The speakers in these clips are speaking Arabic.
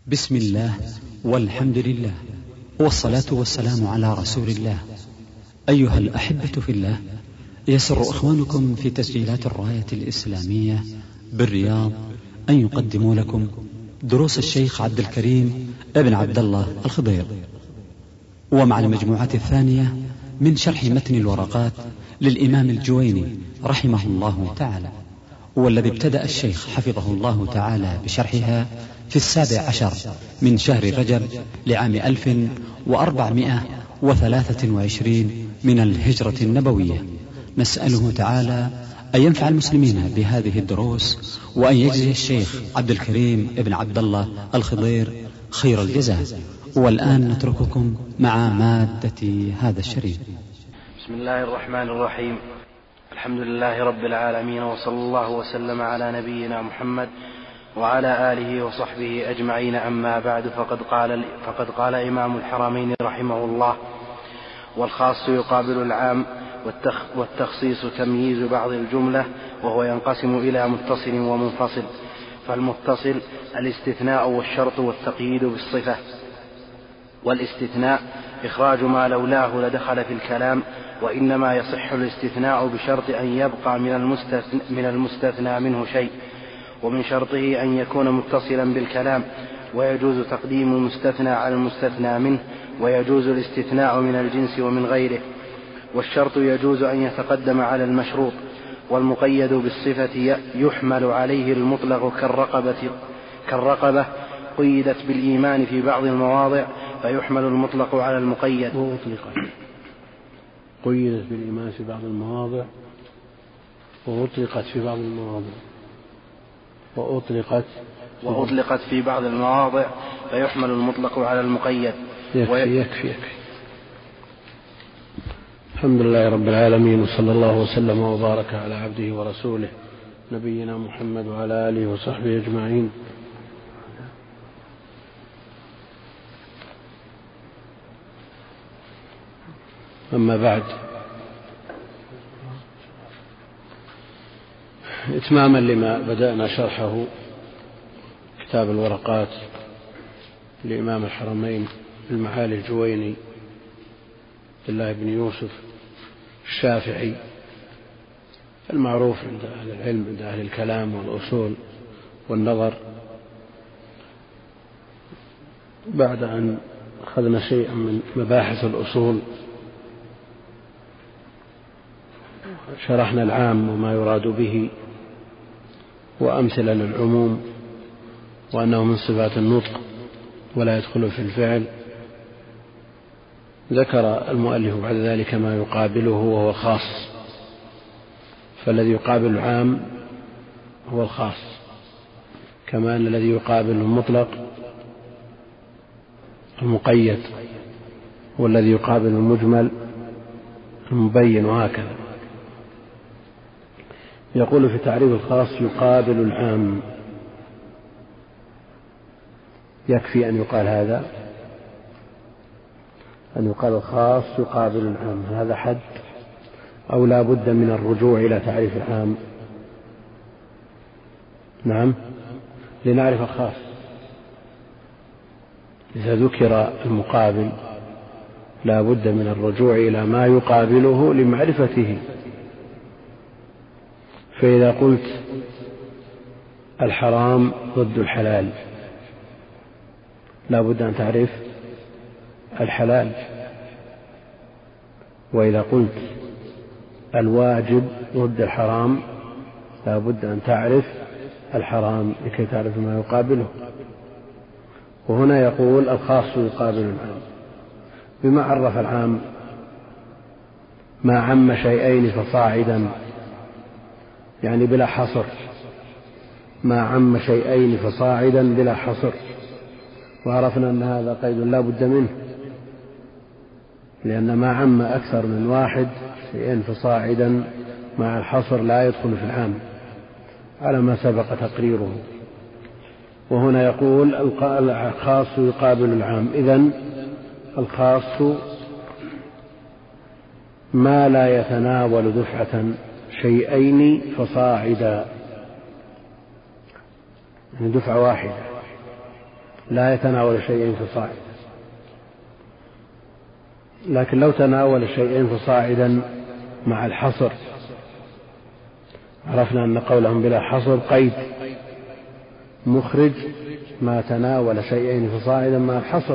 بسم الله والحمد لله والصلاة والسلام على رسول الله. أيها الأحبة في الله، يسر إخوانكم في تسجيلات الراية الإسلامية بالرياض أن يقدموا لكم دروس الشيخ عبد الكريم ابن عبد الله الخضير، ومع المجموعة الثانية من شرح متن الورقات للإمام الجويني رحمه الله تعالى، والذي ابتدأ الشيخ حفظه الله تعالى بشرحها في 17 من شهر رجب لعام 1423 من الهجرة النبوية. نسأله تعالى أن ينفع المسلمين بهذه الدروس، وأن يجزي الشيخ عبد الكريم ابن عبد الله الخضير خير الجزاء. والآن نترككم مع مادة هذا الشريط. بسم الله الرحمن الرحيم. الحمد لله رب العالمين، وصلى الله وسلم على نبينا محمد وعلى آله وصحبه أجمعين. أما بعد، فقد قال إمام الحرمين رحمه الله: والخاص يقابل العام، والتخصيص تمييز بعض الجملة، وهو ينقسم إلى متصل ومنفصل. فالمتصل الاستثناء والشرط والتقييد بالصفة، والاستثناء إخراج ما لولاه لدخل في الكلام، وإنما يصح الاستثناء بشرط أن يبقى من المستثنى منه شيء، ومن شرطه أن يكون متصلا بالكلام، ويجوز تقديم المستثنى على المستثنى منه، ويجوز الاستثناء من الجنس ومن غيره. والشرط يجوز أن يتقدم على المشروط. والمقيد بالصفة يحمل عليه المطلق كالرقبة قيدت بالإيمان في بعض المواضع، فيحمل المطلق على المقيد. قيدت بالإيمان في بعض المواضع، وأطلقت في بعض المواضع، وأطلقت في بعض المواضع، فيحمل المطلق على المقيد. يكفي. الحمد لله رب العالمين، وصلى الله وسلم وبارك على عبده ورسوله نبينا محمد وعلى آله وصحبه أجمعين. أما بعد، إتماما لما بدأنا شرحه كتاب الورقات لإمام الحرمين المعالي الجويني عبد الله بن يوسف الشافعي المعروف عند أهل العلم، عند أهل الكلام والأصول والنظر. بعد أن أخذنا شيئا من مباحث الأصول، شرحنا العام وما يراد به، وأمثلة للعموم، وأنه من صفات النطق ولا يدخل في الفعل. ذكر المؤلف بعد ذلك ما يقابله وهو خاص، فالذي يقابل العام هو الخاص، كما أن الذي يقابل المطلق المقيد، والذي يقابل المجمل المبين، وهكذا. يقول في تعريف الخاص: يقابل العام. يكفي أن يقال هذا، أن يقال الخاص يقابل العام. هذا حد، أو لا بد من الرجوع إلى تعريف العام؟ نعم، لنعرف الخاص. إذا ذكر المقابل لا بد من الرجوع إلى ما يقابله لمعرفته. فإذا قلت الحرام ضد الحلال، لا بد أن تعرف الحلال. وإذا قلت الواجب ضد الحرام، لا بد أن تعرف الحرام لكي تعرف ما يقابله. وهنا يقول الخاص يقابل العام. بما عرف العام: ما عم شيئين فصاعدا، يعني بلا حصر. ما عم شيئين فصاعدا بلا حصر. وعرفنا أن هذا قيد لا بد منه، لأن ما عم أكثر من واحد شيئين فصاعدا مع الحصر لا يدخل في العام، على ما سبق تقريره. وهنا يقول الخاص يقابل العام. إذن الخاص ما لا يتناول دفعة شيئين فصاعدا، يعني دفعة واحدة. لا يتناول شيئين فصاعدا. لكن لو تناول شيئين فصاعدا مع الحصر عرفنا أن قولهم بلا حصر قيد مخرج ما تناول شيئين فصاعدا مع الحصر.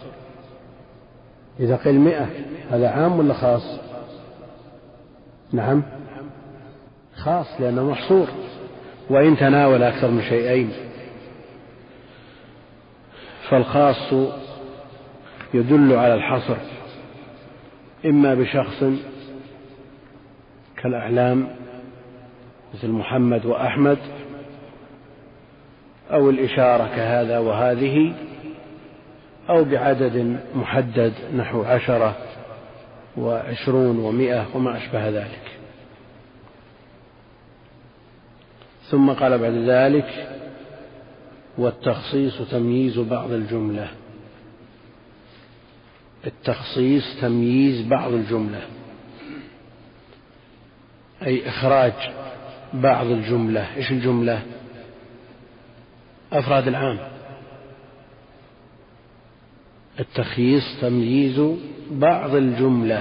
إذا قيل 100 هذا عام ولا خاص؟ نعم خاص لأنه محصور. وإن تناول أكثر من شيئين فالخاص يدل على الحصر إما بشخص كالأعلام مثل محمد وأحمد، أو الإشارة كهذا وهذه، أو بعدد محدد نحو 10 و20 و100 وما أشبه ذلك. ثم قال بعد ذلك والتخصيص تمييز بعض الجملة. التخصيص تمييز بعض الجملة أي إخراج بعض الجملة. إيش الجملة؟ أفراد العام. التخييص تمييز بعض الجملة.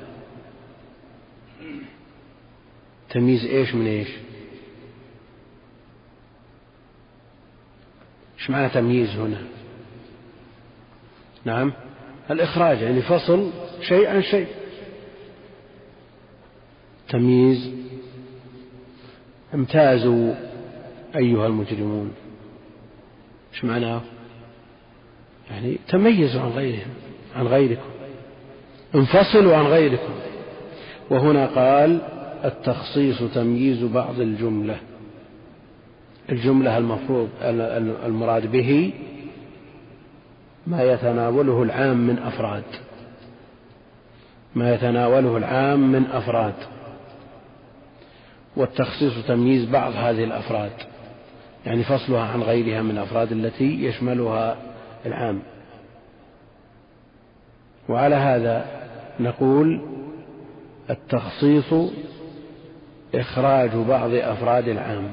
تمييز إيش من إيش؟ إيش معنى تمييز هنا؟ نعم الإخراج يعني فصل شيء عن شيء. تمييز امتازوا أيها المجرمون. إيش معناه؟ يعني تميزوا عن غيرهم عن غيركم، انفصلوا عن غيركم. وهنا قال التخصيص تمييز بعض الجملة. الجملة المفروض المراد به ما يتناوله العام من أفراد، ما يتناوله العام من أفراد. والتخصيص تمييز بعض هذه الأفراد يعني فصلها عن غيرها من الأفراد التي يشملها العام. وعلى هذا نقول التخصيص إخراج بعض أفراد العام.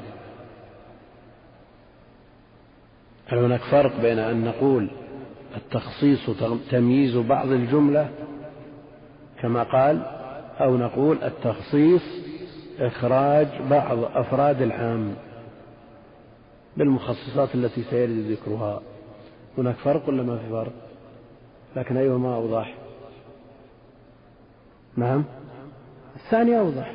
هل هناك فرق بين أن نقول التخصيص تمييز بعض الجملة كما قال، أو نقول التخصيص إخراج بعض أفراد العام بالمخصصات التي سيرد ذكرها؟ هناك فرق ولا ما في فرق؟ لكن أيهما أوضح؟ نعم الثاني أوضح.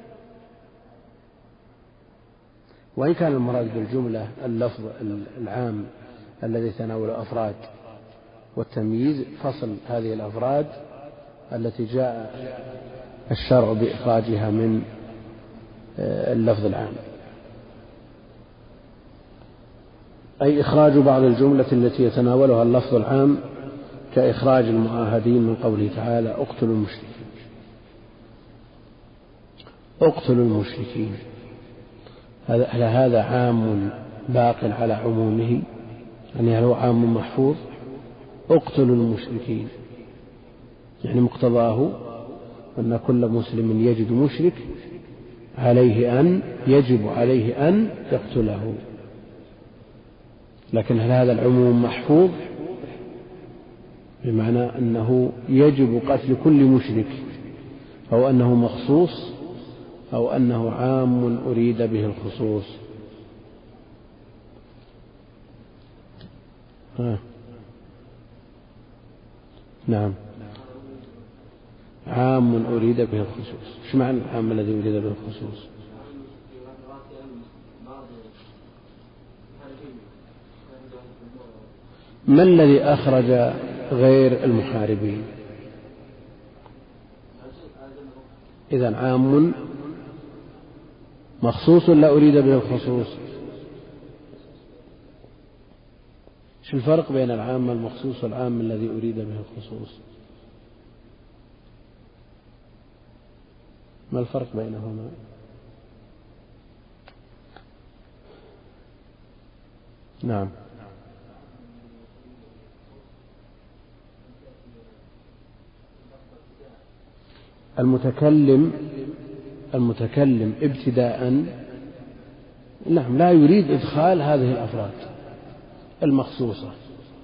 وإن كان المراد بالجملة اللفظ العام الذي تناول أفراد، والتمييز فصل هذه الأفراد التي جاء الشرع بإخراجها من اللفظ العام، أي إخراج بعض الجملة التي يتناولها اللفظ العام كإخراج المعاهدين من قوله تعالى اقتلوا المشركين. اقتلوا المشركين هذا عام باق على عمومه، يعني هل هو عام محفوظ؟ اقتلوا المشركين يعني مقتضاه أن كل مسلم يجد مشرك يجب عليه أن يقتله. لكن هل هذا العموم محفوظ بمعنى أنه يجب قتل كل مشرك، أو أنه مخصوص، أو أنه عام أريد به الخصوص؟ نعم عام أريد به الخصوص. ايش معنى العام الذي أريد به الخصوص؟ ما الذي أخرج غير المحاربين؟ إذن عام مخصوص لا أريد به الخصوص. ايش الفرق بين العام المخصوص والعام الذي أريد به الخصوص؟ ما الفرق بينهما؟ نعم المتكلم ابتداء نعم لا يريد إدخال هذه الأفراد المخصوصة،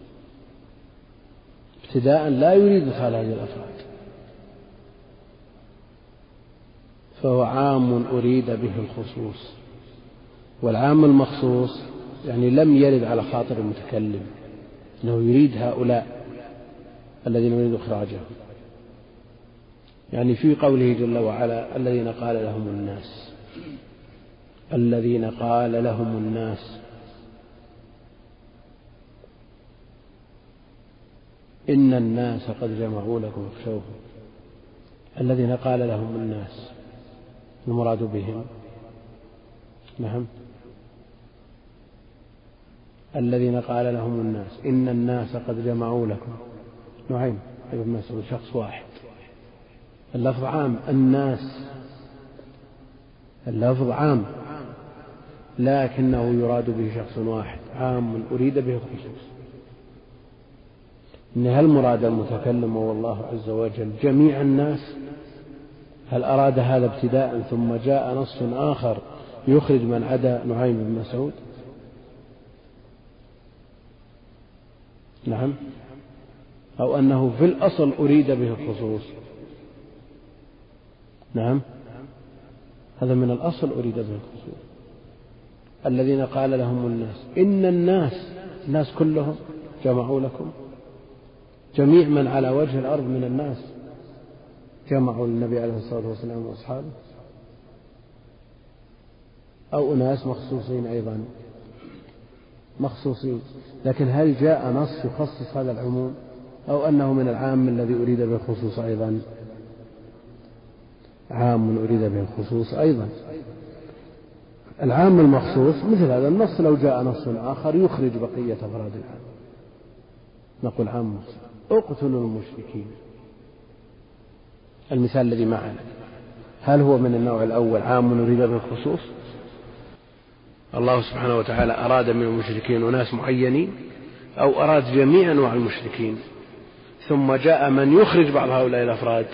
ابتداء لا يريد إدخال هذه الأفراد، فهو عام أريد به الخصوص. والعام المخصوص يعني لم يرد على خاطر المتكلم أنه يريد هؤلاء الذين يريد إخراجهم، يعني في قوله جل وعلا الذين قال لهم الناس، الذين قال لهم الناس، إن الناس قد جمعوا لكم فاخشوهم. الذين قال لهم الناس المراد بهم، نعم، الذين قال لهم الناس إن الناس قد جمعوا لكم، نعيم ابن مسعود شخص واحد، اللفظ عام، الناس اللفظ عام لكنه يراد به شخص واحد، عام أريد به الخصوص. إن هل مراد المتكلم هو الله عز وجل جميع الناس؟ هل أراد هذا ابتداء ثم جاء نص آخر يخرج من عدا نعيم بن مسعود؟ نعم، أو أنه في الأصل أريد به الخصوص؟ نعم، هذا من الأصل أريد به الخصوص. الذين قال لهم الناس، إن الناس كلهم جمعوا لكم، جميع من على وجه الأرض من الناس جمعوا للنبي عليه الصلاة والسلام وأصحابه، أو أناس مخصوصين أيضا مخصوصين. لكن هل جاء نص يخصص هذا العموم أو أنه من العام الذي أريد به الخصوص أيضا؟ عام أريد به الخصوص أيضا. العام المخصوص مثل هذا النص لو جاء نص آخر يخرج بقية أفراد العام، نقول عام مخصوص. اقتلوا المشركين، المثال الذي معنا، هل هو من النوع الأول عام أريد به الخصوص؟ الله سبحانه وتعالى أراد من المشركين وناس معينين، أو أراد جميع أنواع المشركين ثم جاء من يخرج بعض هؤلاء الأفراد؟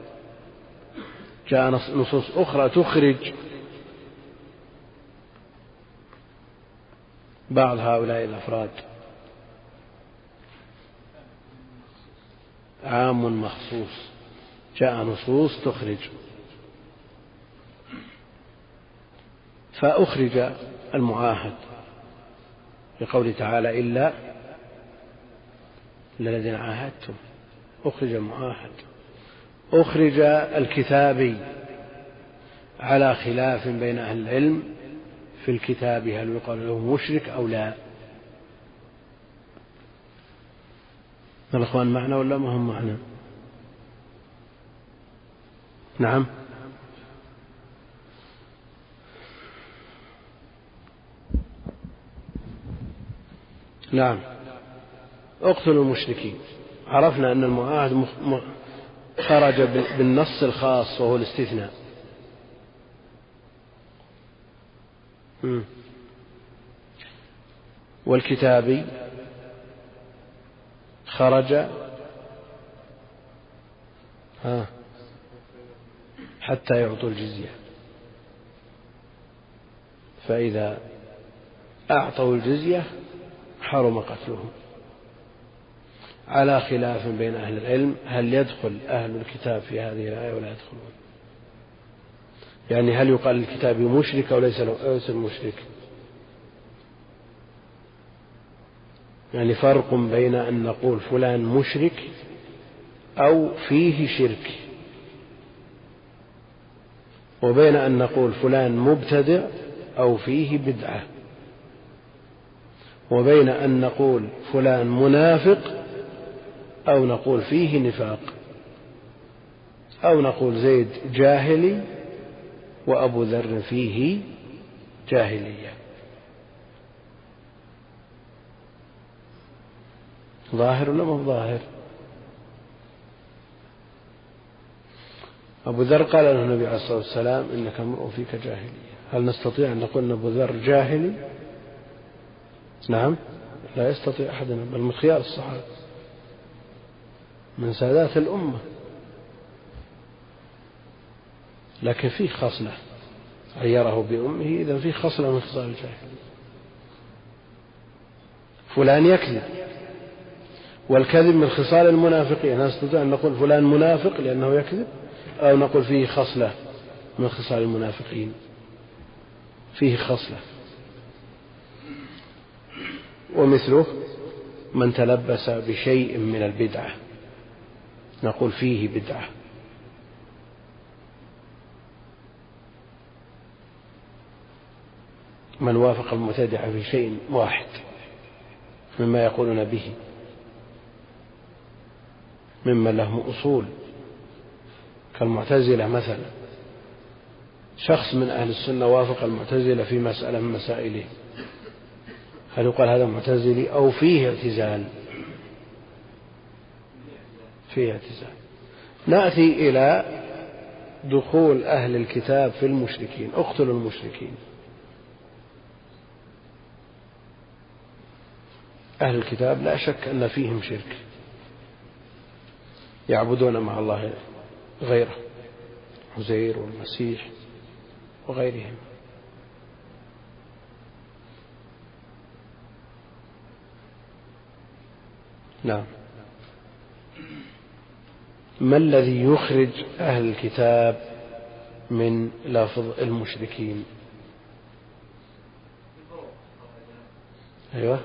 جاء نصوص أخرى تخرج بعض هؤلاء الأفراد، عام مخصوص، جاء نصوص تخرج، فأخرج المعاهد لقوله تعالى إلا الذين عاهدتم، أخرج المعاهد. أخرج الكتابي على خلاف بين أهل العلم في الكتاب، هل يقال له مشرك أو لا؟ الأخوان معنا ولا ما هم معنا؟ نعم، نعم، اقتلوا المشركين. عرفنا أن المعاهد خرج بالنص الخاص وهو الاستثناء. والكتابي خرج حتى يعطوا الجزية، فإذا أعطوا الجزية حرم قتلهم، على خلاف بين أهل العلم هل يدخل أهل الكتاب في هذه الآية ولا يدخلون؟ يعني هل يقال الكتاب مشرك أو ليس مشرك؟ يعني فرق بين أن نقول فلان مشرك أو فيه شرك، وبين أن نقول فلان مبتدع أو فيه بدعة، وبين أن نقول فلان منافق أو نقول فيه نفاق، أو نقول زيد جاهلي وأبو ذر فيه جاهلية. ظاهر ولا ما ظاهر؟ أبو ذر قال له النبي عليه الصلاة والسلام إنك امرؤ فيك جاهلية، هل نستطيع أن نقول أن أبو ذر جاهلي؟ نعم، لا يستطيع أحدنا، بل من خيار الصحابة، من سادات الأمة، لكن فيه خصلة عيره بأمه، إذا فيه خصلة من خصال الجاهلية. فلان يكذب، والكذب من خصال المنافقين. نستطيع أن نقول فلان منافق لأنه يكذب، أو نقول فيه خصلة من خصال المنافقين، فيه خصلة. ومثله من تلبس بشيء من البدعة نقول فيه بدعة. من وافق المبتدعة في شيء واحد مما يقولون به ممن لهم أصول كالمعتزلة مثلا. شخص من أهل السنة وافق المعتزلة في مسألة من مسائله، هل يقال هذا معتزلي أو فيه اعتزال؟ فيه اعتزال. نأتي إلى دخول أهل الكتاب في المشركين. اقتلوا المشركين. أهل الكتاب لا شك أن فيهم شرك، يعبدون مع الله غيره، عزير والمسيح وغيرهم. نعم. ما الذي يخرج أهل الكتاب من لفظ المشركين؟ أيوة.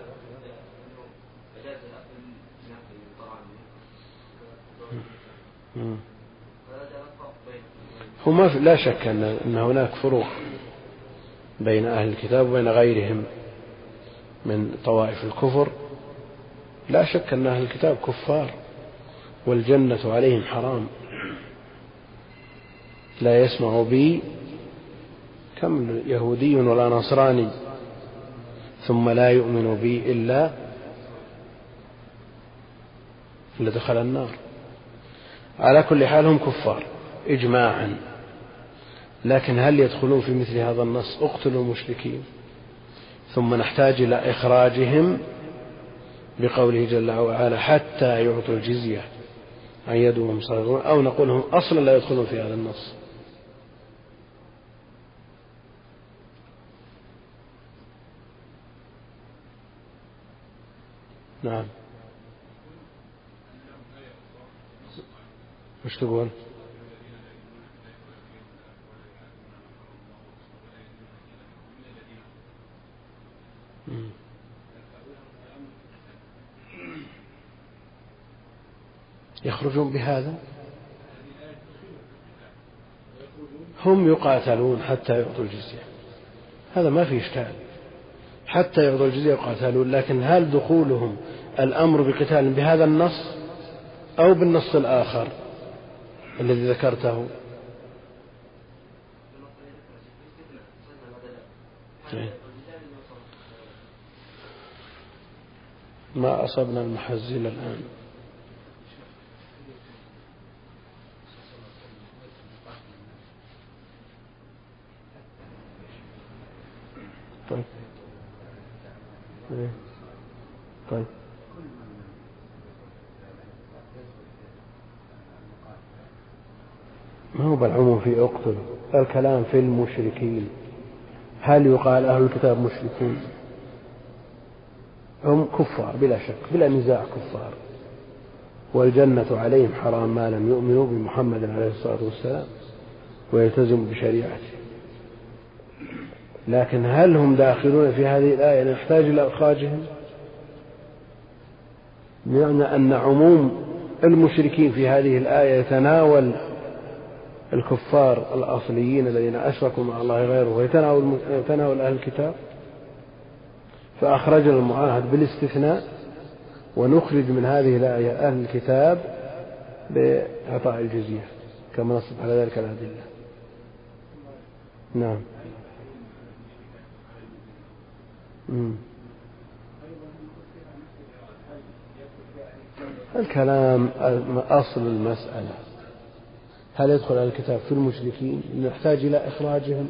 هما لا شك أن هناك فروق بين أهل الكتاب وبين غيرهم من طوائف الكفر. لا شك أن أهل الكتاب كفار والجنة عليهم حرام. لا يسمع بي كم يهودي ولا نصراني ثم لا يؤمن بي إلا دخل النار. على كل حال هم كفار إجماعا، لكن هل يدخلون في مثل هذا النص اقتلوا المشركين ثم نحتاج إلى إخراجهم بقوله جل وعلا حتى يعطوا الجزية عن يد وهم صاغرون، أو نقول هم أصلا لا يدخلون في هذا النص؟ نعم. مش تقول؟ يخرجون بهذا؟ هم يقاتلون حتى يعطوا الجزية، هذا ما فيه إشكال، حتى يعطوا الجزية يقاتلون. لكن هل دخولهم الأمر بقتال بهذا النص أو بالنص الآخر الذي ذكرته؟ ما أصبنا المحزن الآن. طيب. طيب. ما هو بالعموم في اقتل، الكلام في المشركين. هل يقال أهل الكتاب مشركون؟ هم كفار بلا شك، بلا نزاع كفار، والجنة عليهم حرام ما لم يؤمنوا بمحمد عليه الصلاة والسلام ويلتزموا بشريعته. لكن هل هم داخلون في هذه الآية نحتاج إلى إخراجهم؟ يعني أن عموم المشركين في هذه الآية يتناول الكفار الأصليين الذين أشركوا مع الله غيره ويتناول أهل الكتاب، فأخرجنا المعاهد بالاستثناء ونخرج من هذه الآية أهل الكتاب بإعطاء الجزية كما نصب على ذلك الأدلة. نعم. الكلام أصل المسألة هل يدخل أهل الكتاب في المشركين؟ نحتاج إلى إخراجهم،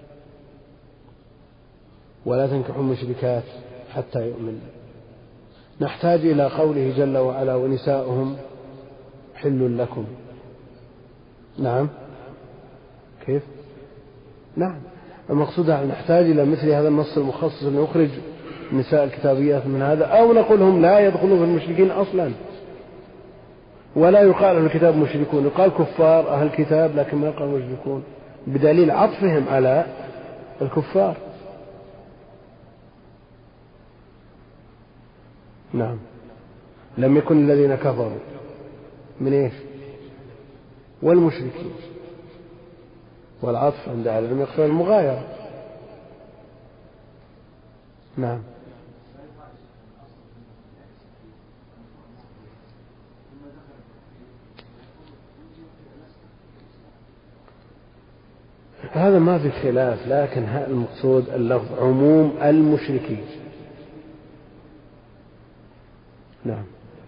ولا تنكحوا المشركات حتى يؤمن. نحتاج إلى قوله جل وعلا ونساؤهم حل لكم. نعم. كيف؟ نعم. المقصود أن نحتاج إلى مثل هذا النص المخصص أن يخرج النساء الكتابيات من هذا، أو نقول هم لا يدخلون في المشركين أصلا، ولا يقال أهل الكتاب مشركون، يقال كفار أهل الكتاب لكن ما يقال مشركون، بدليل عطفهم على الكفار. نعم. لم يكن الذين كفروا من إيش؟ والمشركين، والعطف عند أهل العلم يقتضي المغايرة. نعم. هذا ما في خلاف، لكن المقصود اللفظ عموم المشركين. نعم.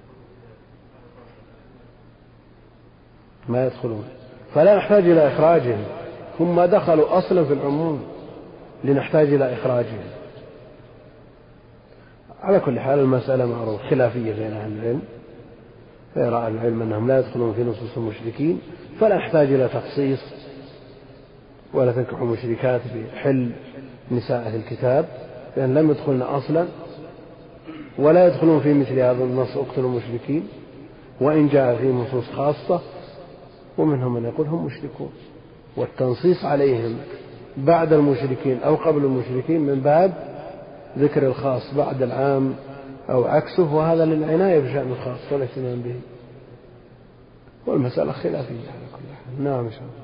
ما يدخلون، فلا نحتاج إلى إخراجهم، هم دخلوا أصلا في العموم لنحتاج إلى إخراجهم. على كل حال المسألة معروف خلافية بين أهل العلم، فيرى أهل العلم أنهم لا يدخلون في نصوص المشركين، فلا نحتاج إلى تخصيص ولا تنكحوا مشركات بحل نساء أهل الكتاب، لأن لم يدخلن أصلا، ولا يدخلون في مثل هذا النص اقتلوا المشركين، وإن جاء فيه نصوص خاصة ومنهم من يقول هم مشركون، والتنصيص عليهم بعد المشركين أو قبل المشركين من باب ذكر الخاص بعد العام أو عكسه، وهذا للعناية بشأن الخاص والاهتمام به، والمسألة خلافية على كل حال. نعم إن شاء الله.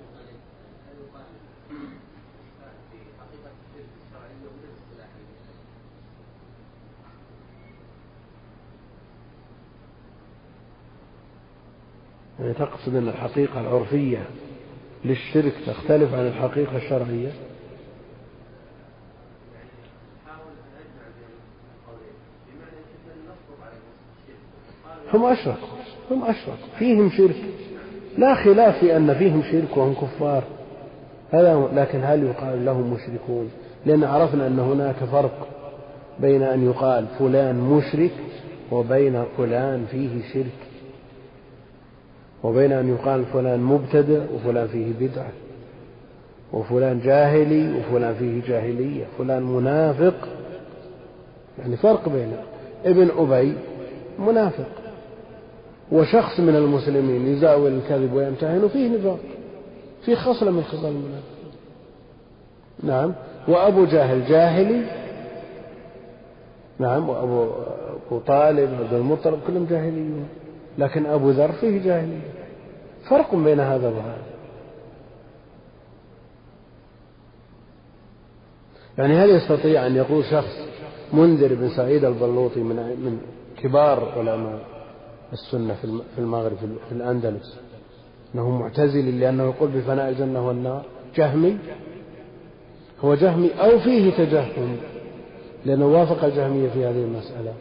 يعني تقصد أن الحقيقة العرفية للشرك تختلف عن الحقيقة الشرعية؟ هم أشركوا فيهم شرك، لا خلاف في أن فيهم شرك وهم كفار، هذا، لكن هل يقال لهم مشركون؟ لأن عرفنا أن هناك فرق بين أن يقال فلان مشرك وبين فلان فيه شرك، وبين أن يقال فلان مبتدع وفلان فيه بدعة، وفلان جاهلي وفلان فيه جاهلية، فلان منافق، يعني فرق بين ابن أبي منافق وشخص من المسلمين يزاول الكذب ويمتهن فيه نفاق، فيه خصلة من خصال المنافق. نعم. وأبو جاهل جاهلي، نعم، وأبو طالب وعبد المطلب كلهم جاهليون، لكن أبو ذر فيه جاهلية، فرق بين هذا وهذا. يعني هل يستطيع أن يقول شخص منذر بن سعيد البلوطي من كبار علماء السنة في المغرب في الأندلس أنه معتزلي لأنه يقول بفناء الجنة والنار؟ جهمي، هو جهمي أو فيه تجهم لأنه وافق الجهمية في هذه المسألة؟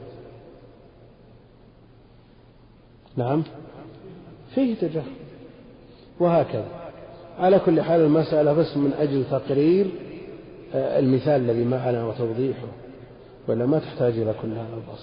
نعم، فيه تجهم، وهكذا. على كل حال المسألة بس من أجل تقرير المثال الذي معنا وتوضيحه، ولا ما تحتاج إلى كل هذا البسط.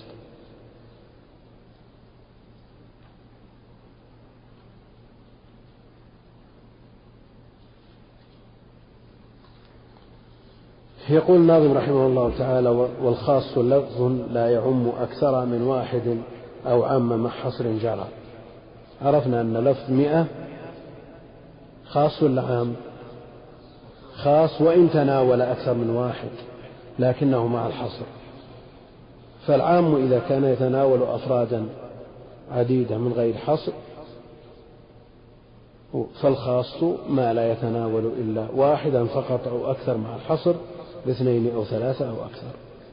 يقول الناظم رحمه الله تعالى: والخاص لفظ لا يعم أكثر من واحد أو عم مع حصر جرى. عرفنا أن لفظ 100 خاص ولا عام؟ خاص وإن تناول أكثر من واحد لكنه مع الحصر. فالعام إذا كان يتناول أفرادا عديدة من غير حصر، فالخاص ما لا يتناول إلا واحدا فقط أو أكثر مع الحصر، باثنين أو ثلاثة أو أكثر.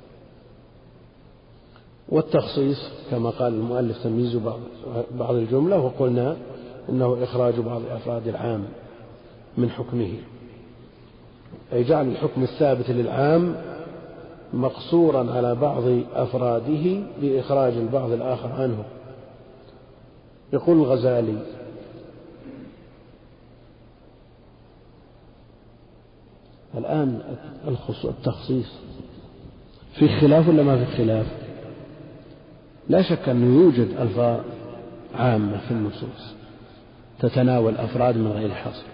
والتخصيص كما قال المؤلف تمييز بعض الجملة، وقلنا إنه إخراج بعض أفراد العام من حكمه، أي جعل الحكم الثابت للعام مقصورا على بعض أفراده بإخراج البعض الآخر عنه. يقول الغزالي: الآن التخصيص في خلاف ولا ما في خلاف؟ لا شك أنه يوجد ألفاظ عامة في النصوص تتناول أفراد من غير حصر،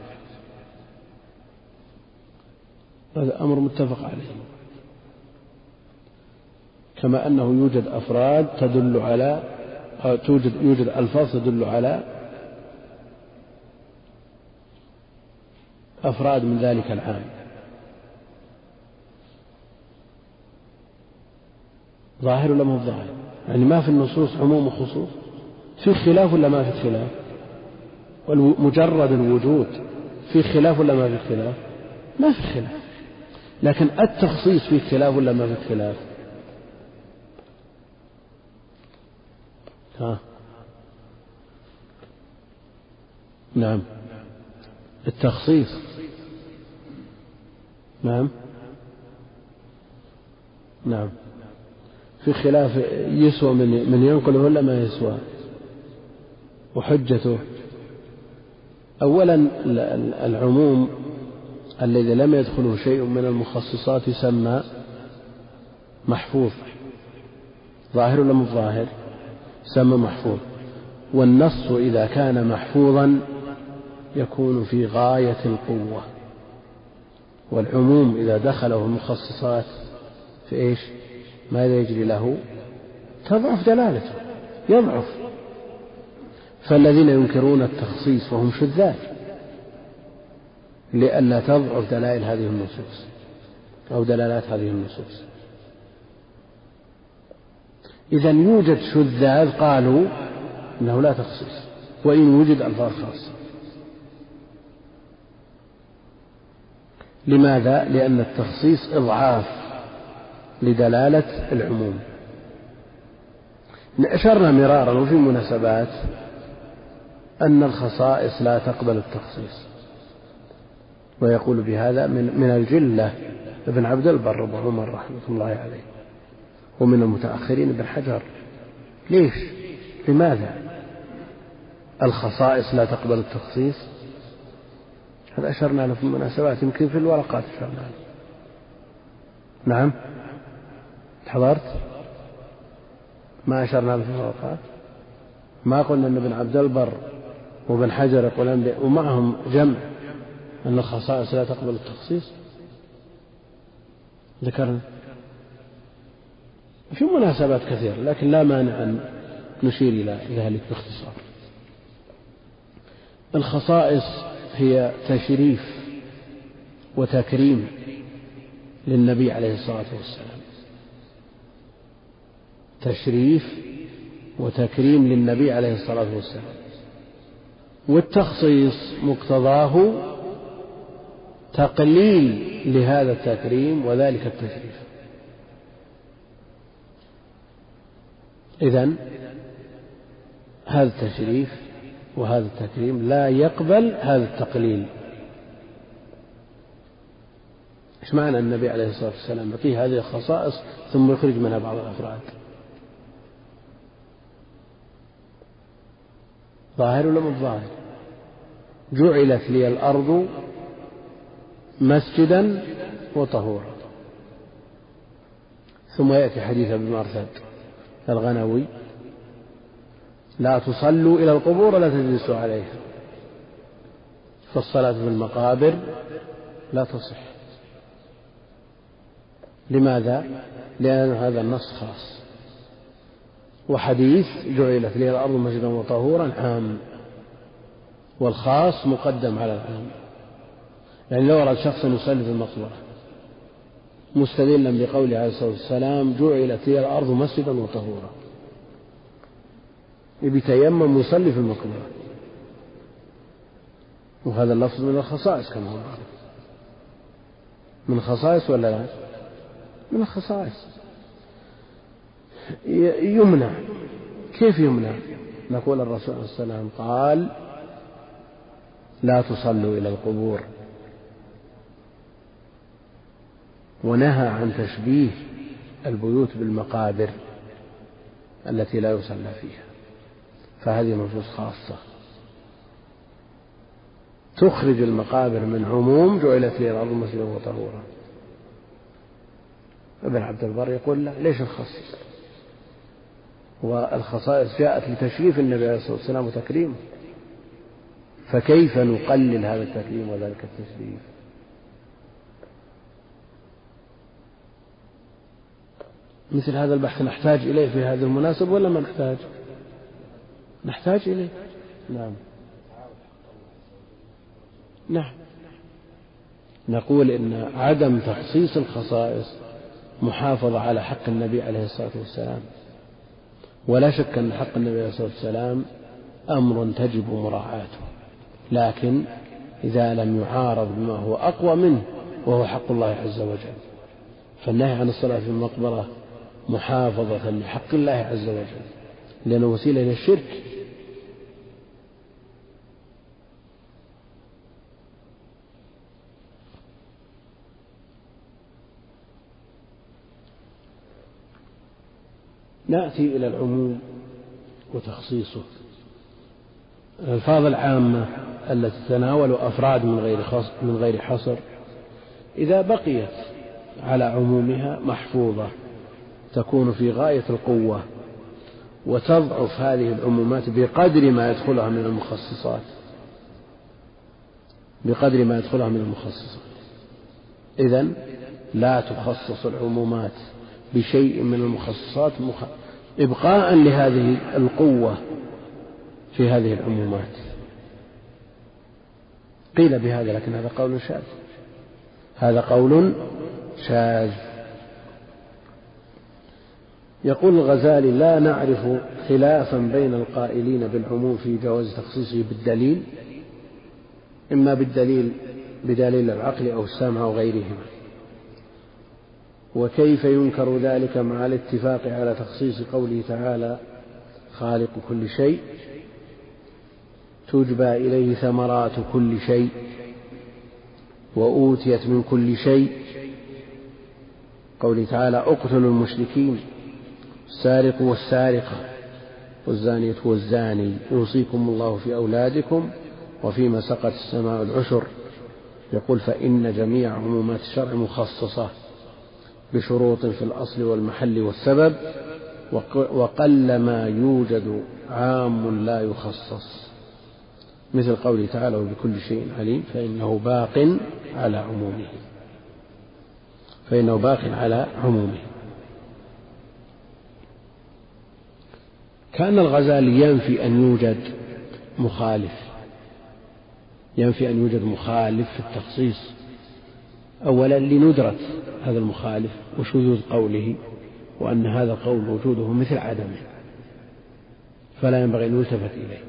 هذا أمر متفق عليه. كما أنه يوجد أفراد تدل على يوجد ألفاظ تدل على أفراد من ذلك العام. ظاهر ولا مو ظاهر؟ يعني ما في النصوص عموم وخصوص، في خلاف ولا ما في خلاف؟ مجرد الوجود في خلاف ولا ما في خلاف؟ ما في خلاف. لكن التخصيص فيه خلاف ولا ما في خلاف؟ نعم التخصيص نعم في خلاف يسوى من ينقله ولا ما يسوى، وحجته. أولا العموم الذي لم يدخله شيء من المخصصات يسمى محفوظ. ظاهر ولا مو ظاهر؟ يسمى محفوظ. والنص إذا كان محفوظا يكون في غاية القوة، والعموم إذا دخله المخصصات في إيش؟ ماذا يجري له؟ تضعف دلالته، يضعف. فالذين ينكرون التخصيص وهم شذاذ لئلا تضعف دلائل هذه النصوص أو دلالات هذه النصوص. إذا يوجد شذاذ قالوا إنه لا تخصيص وإن وجد ألفاظ خاصة. لماذا؟ لأن التخصيص إضعاف لدلالة العموم. أشرنا مرارا وفي مناسبات أن الخصائص لا تقبل التخصيص، ويقول بهذا من الجلة ابن عبد البر أبو عمر رحمة الله عليه، ومن المتأخرين ابن حجر. ليش؟ لماذا الخصائص لا تقبل التخصيص؟ هذا أشرنا له في المناسبات، يمكن في الورقات أشرنا له. نعم حضرت؟ ما أشرنا له في الورقات؟ ما قلنا أن ابن عبد البر وابن حجر يقولون ومعهم جمع أن الخصائص لا تقبل التخصيص؟ ذكرنا في مناسبات كثيرة، لكن لا مانع أن نشير إلى ذلك باختصار. الخصائص هي تشريف وتكريم للنبي عليه الصلاة والسلام، تشريف وتكريم للنبي عليه الصلاة والسلام. والتخصيص مقتضاه تقليل لهذا التكريم وذلك التشريف. إذن هذا التشريف وهذا التكريم لا يقبل هذا التقليل. إيش معنى النبي عليه الصلاة والسلام يعطيه هذه الخصائص ثم يخرج منها بعض الأفراد؟ ظاهر ولا مو ظاهر؟ جعلت لي الأرض مسجدا وطهورا. ثم يأتي حديث ابن مرثد الغنوي: لا تصلوا إلى القبور ولا تجلسوا عليها، فالصلاة في المقابر لا تصح. لماذا؟ لأن هذا النص خاص، وحديث جعلت لي الأرض مسجدا وطهورا عام، والخاص مقدم على العام. يعني لو أراد شخص يصلي في المقبرة مستدلا بقوله عليه الصلاة والسلام: جعلت لي الأرض مسجدا وطهورا، يتيمم ويصلي في المقبرة، وهذا اللفظ من الخصائص كما هو معروف. من الخصائص ولا لا؟ من الخصائص. يمنع. كيف يمنع؟ نقول الرسول عليه الصلاة والسلام قال: لا تصلوا إلى القبور، ونهى عن تشبيه البيوت بالمقابر التي لا يصلى فيها. فهذه نصوص خاصة تخرج المقابر من عموم جعلت لي الأرض مسجدا وطهورا. ابن عبد البر يقول: لا، ليش نخصص؟ والخصائص جاءت لتشريف النبي عليه الصلاة والسلام وتكريمه، فكيف نقلل هذا التكريم وذلك التشريف؟ مثل هذا البحث نحتاج إليه في هذا المناسب ولا ما نحتاج؟ نحتاج إليه. نعم. نقول إن عدم تخصيص الخصائص محافظة على حق النبي عليه الصلاة والسلام، ولا شك أن حق النبي عليه الصلاة والسلام أمر تجب مراعاته، لكن إذا لم يعارض بما هو أقوى منه وهو حق الله عز وجل، فالنهي عن الصلاة في المقبرة محافظة لحق الله عز وجل لأنه وسيلة إلى الشرك. نأتي إلى العموم وتخصيصه. الألفاظ العامة التي تتناول أفراد من غير حصر إذا بقيت على عمومها محفوظة تكون في غاية القوة، وتضعف هذه العمومات بقدر ما يدخلها من المخصصات. إذن لا تخصص العمومات بشيء من المخصصات إبقاء لهذه القوة في هذه العمومات. قيل بهذا، لكن هذا قول شاذ. يقول الغزالي: لا نعرف خلافا بين القائلين بالعموم في جواز تخصيصه بالدليل، إما بدليل العقل أو السمع أو غيرهما. وكيف ينكر ذلك مع الاتفاق على تخصيص قوله تعالى: خالق كل شيء، تجبى إليه ثمرات كل شيء، وأوتيت من كل شيء. قوله تعالى: اقتلوا المشركين، السارق والسارقة والزانية والزاني، يوصيكم الله في أولادكم وفيما سقت السماء العشر. يقول: فإن جميع عمومات الشرع مخصصة بشروط في الأصل والمحل والسبب، وقل ما يوجد عام لا يخصص، مثل قوله تعالى: وبكل شيء عليم، فإنه باق على عمومه. كان الغزالي ينفي أن يوجد مخالف في التخصيص، أولا لندرة هذا المخالف وشذوذ قوله، وأن هذا القول وجوده مثل عدمه، فلا ينبغي أن يلتفت إليه.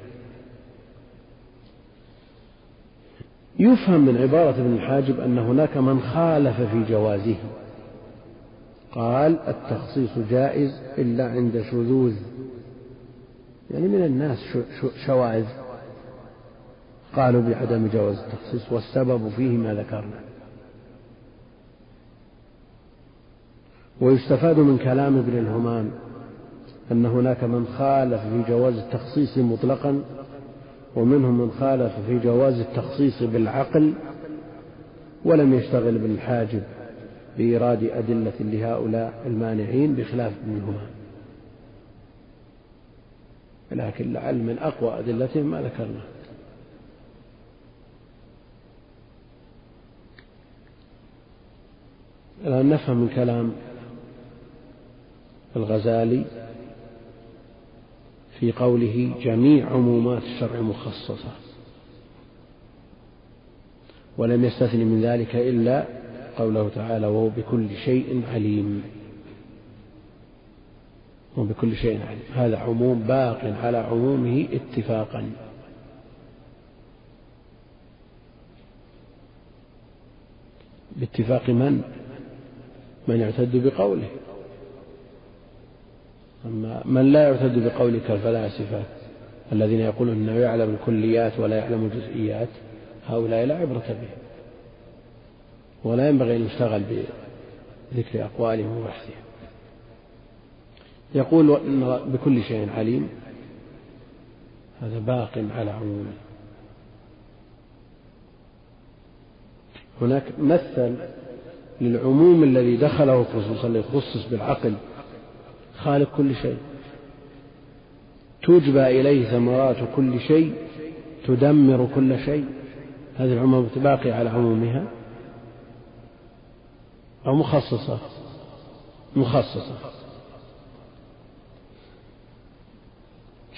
يفهم من عبارة ابن الحاجب أن هناك من خالف في جوازه، قال: التخصيص جائز إلا عند شذوذ، يعني من الناس شواذ قالوا بعدم جواز التخصيص، والسبب فيه ما ذكرنا. ويستفاد من كلام ابن الهمام أن هناك من خالف في جواز التخصيص مطلقا، ومنهم من خالف في جواز التخصيص بالعقل، ولم يشتغل ابن الحاجب بإيراد أدلة لهؤلاء المانعين بخلاف ابن الهمام، لكن لعل من أقوى أدلتهم ما ذكرنا. الآن نفهم من كلام الغزالي في قوله: جميع عمومات الشرع مخصصة، ولم يستثن من ذلك إلا قوله تعالى: وهو بكل شيء عليم. وبكل شيء عليم، هذا عموم باق على عمومه اتفاقا. باتفاق من يعتد بقوله، أما من لا يعتد بقوله كالفلاسفة الذين يقولون أنه يعلم الكليات ولا يعلم الجزئيات، هؤلاء لا عبرة بهم، ولا ينبغي أن يشتغل بذكر أقوالهم وبحثهم. يقول إن بكل شيء عليم، هذا باق على عمومه. هناك مثل للعموم الذي دخله خصوصا ليخصص بالعقل: خالق كل شيء، تجبى إليه ثمرات كل شيء، تدمر كل شيء. هذه العموم باقية على عمومها أو مخصصة؟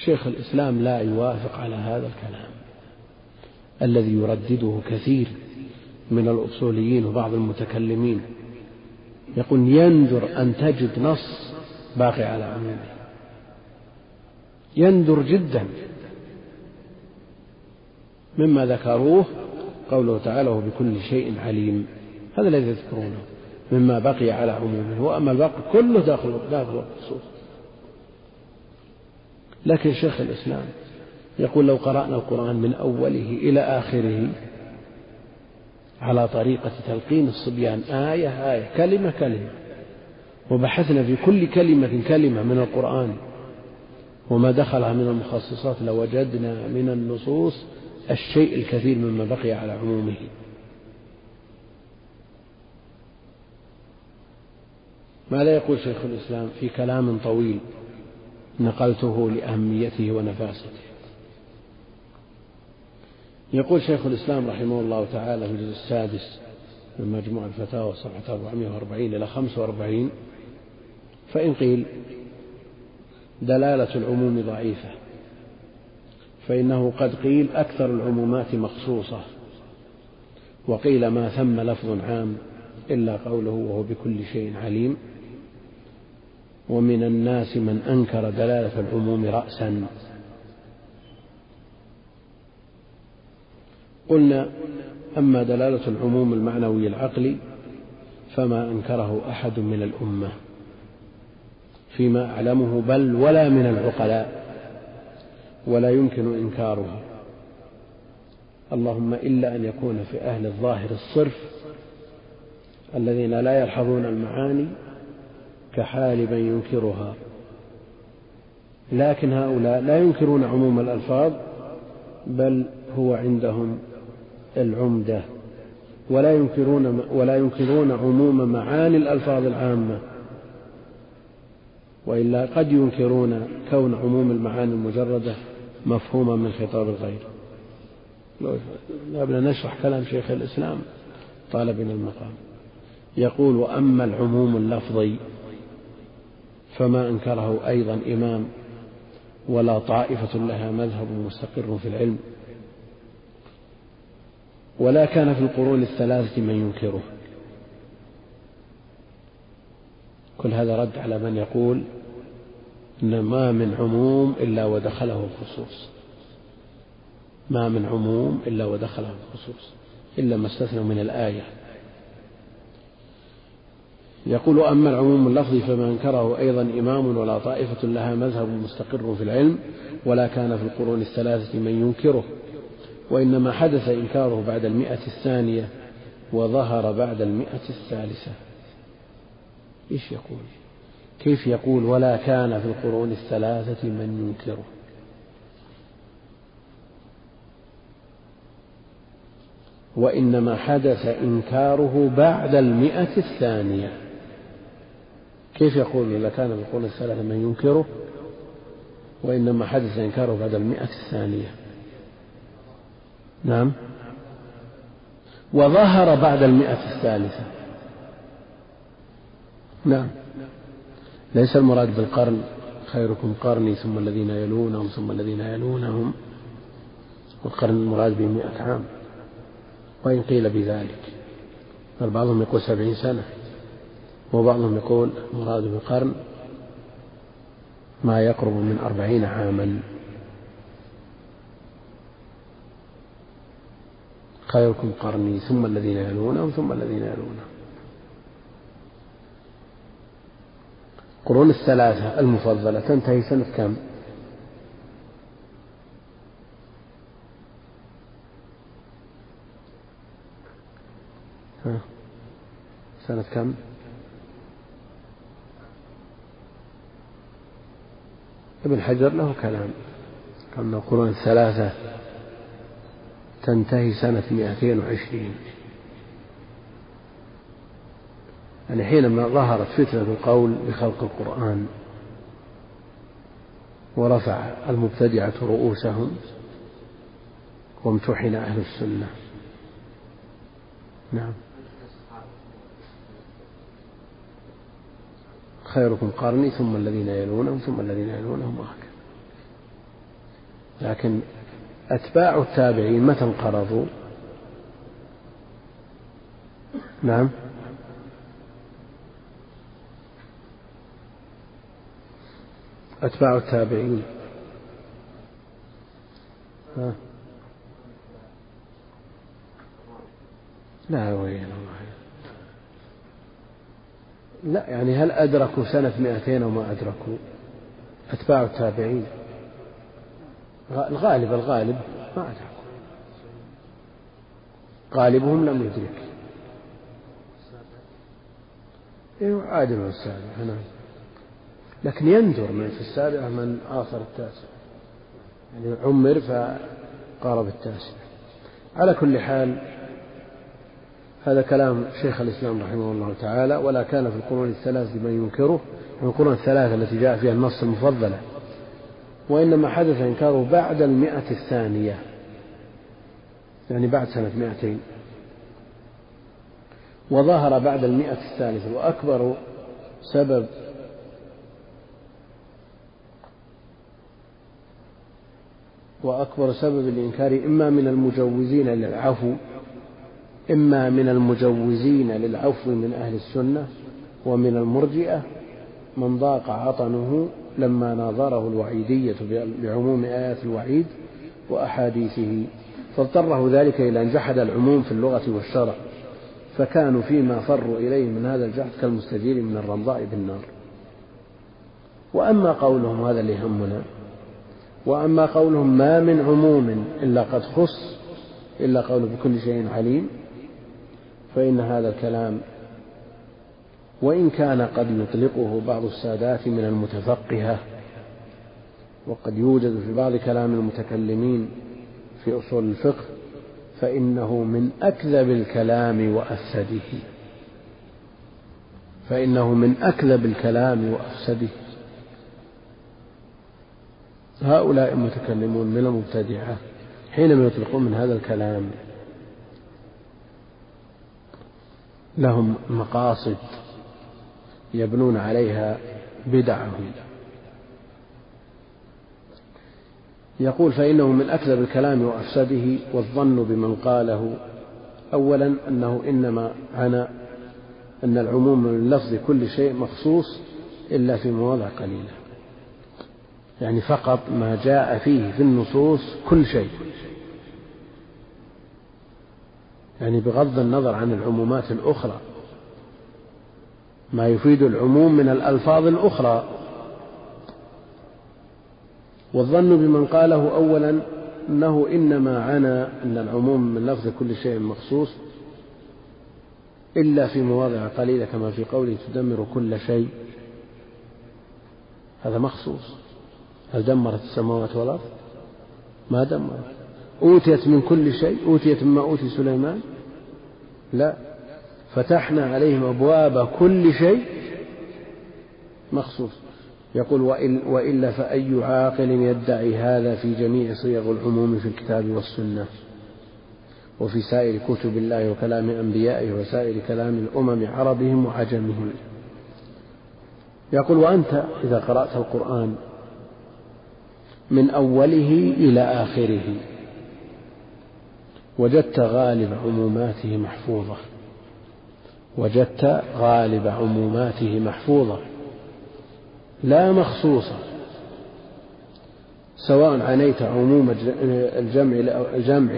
شيخ الإسلام لا يوافق على هذا الكلام الذي يردده كثير من الأصوليين وبعض المتكلمين، يقول يندر أن تجد نص باقي على عمومه، يندر جدا. مما ذكروه قوله تعالى وبكل شيء عليم، هذا الذي يذكرونه مما بقي على عمومه، وأما الباقي كله داخل الخصوص. لكن شيخ الإسلام يقول لو قرأنا القرآن من أوله إلى آخره على طريقة تلقين الصبيان آية آية كلمة كلمة، وبحثنا في كل كلمة كلمة من القرآن وما دخلها من المخصصات لوجدنا من النصوص الشيء الكثير مما بقي على عمومه. ماذا يقول شيخ الإسلام في كلام طويل نقلته لأهميته ونفاسته؟ يقول شيخ الإسلام رحمه الله تعالى في الجزء السادس من مجموع الفتاوى صفحة 440 إلى 45: فإن قيل دلالة العموم ضعيفة فإنه قد قيل أكثر العمومات مخصوصة، وقيل ما ثم لفظ عام إلا قوله وهو بكل شيء عليم، ومن الناس من أنكر دلالة العموم رأسا. قلنا أما دلالة العموم المعنوي العقلي فما أنكره أحد من الأمة فيما أعلمه، بل ولا من العقلاء، ولا يمكن إنكاره، اللهم إلا أن يكون في أهل الظاهر الصرف الذين لا يلحظون المعاني كحال من ينكرها. لكن هؤلاء لا ينكرون عموم الألفاظ، بل هو عندهم العمدة، ولا ينكرون عموم معاني الألفاظ العامة، وإلا قد ينكرون كون عموم المعاني المجردة مفهوما من خطاب الغير. لا بد نشرح كلام شيخ الإسلام طالب من المقام. يقول وأما العموم اللفظي فما أنكره أيضا إمام ولا طائفة لها مذهب مستقر في العلم، ولا كان في القرون الثلاثة من ينكره. كل هذا رد على من يقول إن ما من عموم إلا ودخله الخصوص، ما من عموم إلا ودخله الخصوص إلا ما استثنوا من الآية. يقول أما العموم اللفظي فما أنكره أيضا إمام ولا طائفة لها مذهب مستقر في العلم، ولا كان في القرون الثلاثة من ينكره، وإنما حدث إنكاره بعد 100 الثانية وظهر بعد 100 الثالثة. إيش يقول؟ كيف يقول ولا كان في القرون الثلاثة من ينكره؟ وإنما حدث إنكاره بعد 100 الثانية. كيف يقول ولا كان في القرون الثلاثة من ينكره وإنما حدث إنكاره بعد 100 الثانية؟ نعم، وظهر بعد 100 الثالثة. نعم، ليس المراد بالقرن خيركم قرني ثم الذين يلونهم ثم الذين يلونهم، والقرن المراد ب100 عام، وإن قيل بذلك، بل بعضهم يقول 70 سنة، وبعضهم يقول المراد بالقرن ما يقرب من 40 عاما. خيركم قرني ثم الذين يلونهم ثم الذين يلونهم. القرون الثلاثة المفضلة تنتهي سنة كم؟ سنة كم؟ ابن حجر له كلام أن القرون الثلاثة تنتهي سنة 220، يعني حينما ظهرت فتنة القول بخلق القرآن ورفع المبتدعة رؤوسهم وامتحن أهل السنة. نعم، خيركم قرني ثم الذين يلونهم ثم الذين يلونهم، وهكذا. لكن أتباع التابعين متى انقرضوا؟ نعم، أتباع التابعين لا وين لا، يعني هل أدركوا سنة 200 أو ما أدركوا؟ أتباع التابعين الغالب ما أدركوا، غالبهم لم يدرك. عادل السابع هنا، لكن يندر من في السابعة من آخر التاسع، يعني عمر فقارب التاسع. على كل حال هذا كلام شيخ الإسلام رحمه الله تعالى. ولا كان في القرون الثلاث من ينكره، من القرون الثلاثة التي جاء فيها النص المفضلة، وإنما حدث إنكاره بعد 100 الثانية، يعني بعد سنة 200، وظهر بعد 100 الثالثة. وأكبر سبب الإنكار إما من المجوزين للعفو من أهل السنة ومن المرجئة من ضاق عطنه لما ناظره الوعيدية بعموم آيات الوعيد وأحاديثه، فاضطره ذلك إلى أن جحد العموم في اللغة والشرع، فكانوا فيما فروا إليه من هذا الجحد كالمستجير من الرمضاء بالنار. وأما قولهم، هذا اللي يهمنا، وأما قولهم ما من عموم إلا قد خص إلا قول بكل شيء عليم، فإن هذا الكلام وإن كان قد يطلقه بعض السادات من المتفقهة، وقد يوجد في بعض كلام المتكلمين في أصول الفقه، فإنه من أكذب الكلام وأفسده. هؤلاء المتكلمون من المبتدعة حينما يطلقون من هذا الكلام لهم مقاصد يبنون عليها بدعهم. يقول فإنه من أكذب الكلام وأفسده، والظن بمن قاله أولا أنه إنما عنى أن العموم من لفظ كل شيء مخصوص إلا في مواضع قليلة، يعني فقط ما جاء فيه في النصوص كل شيء، يعني بغض النظر عن العمومات الأخرى، ما يفيد العموم من الألفاظ الأخرى. والظن بمن قاله أولا أنه إنما عنى أن العموم من لفظ كل شيء مخصوص إلا في مواضع قليلة، كما في قوله تدمر كل شيء، هذا مخصوص. هل دمرت السماوات والأرض؟ ما دمرت. أوتيت من كل شيء؟ أوتيت مما أوتي سليمان؟ لا، فتحنا عليهم أبواب كل شيء مخصوص. يقول وإلا فأي عاقل يدعي هذا في جميع صيغ العموم في الكتاب والسنة وفي سائر كتب الله وكلام أنبيائه وسائر كلام الأمم عربهم وعجمهم. يقول وأنت إذا قرأت القرآن من أوله إلى آخره وجدت غالب عموماته محفوظة لا مخصوصة، سواء عنيت عموم الجمع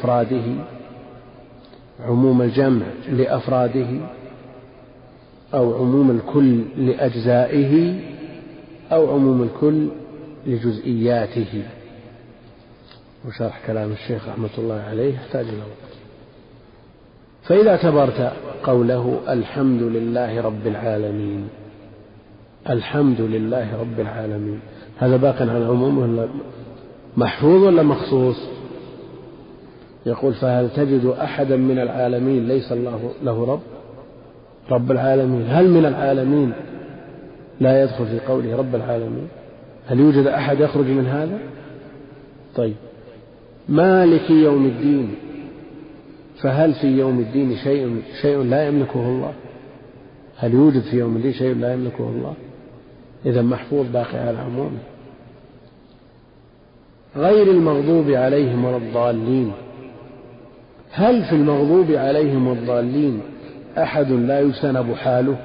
لأفراده أو عموم الكل لأجزائه أو عموم الكل لجزئياته. وشرح كلام الشيخ رحمة الله عليه يحتاج إلى وقت. فإذا اعتبرت قوله الحمد لله رب العالمين، الحمد لله رب العالمين، هذا باق عن العموم ولا محفوظ ولا مخصوص؟ يقول فهل تجد أحدا من العالمين ليس الله له رب العالمين؟ هل من العالمين لا يدخل في قوله رب العالمين؟ هل يوجد أحد يخرج من هذا؟ طيب مالك يوم الدين، فهل في يوم الدين شيء لا يملكه الله؟ هل يوجد في يوم الدين شيء لا يملكه الله؟ إذا محفوظ باقي على عمومه. غير المغضوب عليهم ولا الضالين. هل في المغضوب عليهم والضالين أحد لا يجتنب حاله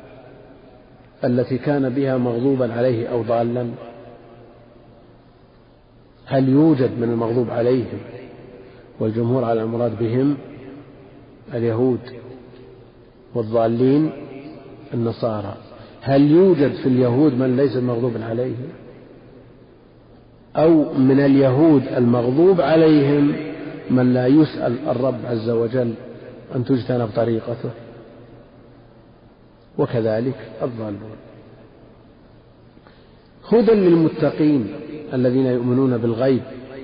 التي كان بها مغضوبا عليه أو ضالا؟ هل يوجد من المغضوب عليهم والجمهور على المراد بهم اليهود والضالين النصارى، هل يوجد في اليهود من ليس مغضوب عليه، أو من اليهود المغضوب عليهم من لا يسأل الرب عز وجل أن تجتنب طريقته؟ وكذلك الضالون. هدى للمتقين الذين يؤمنون بالغيب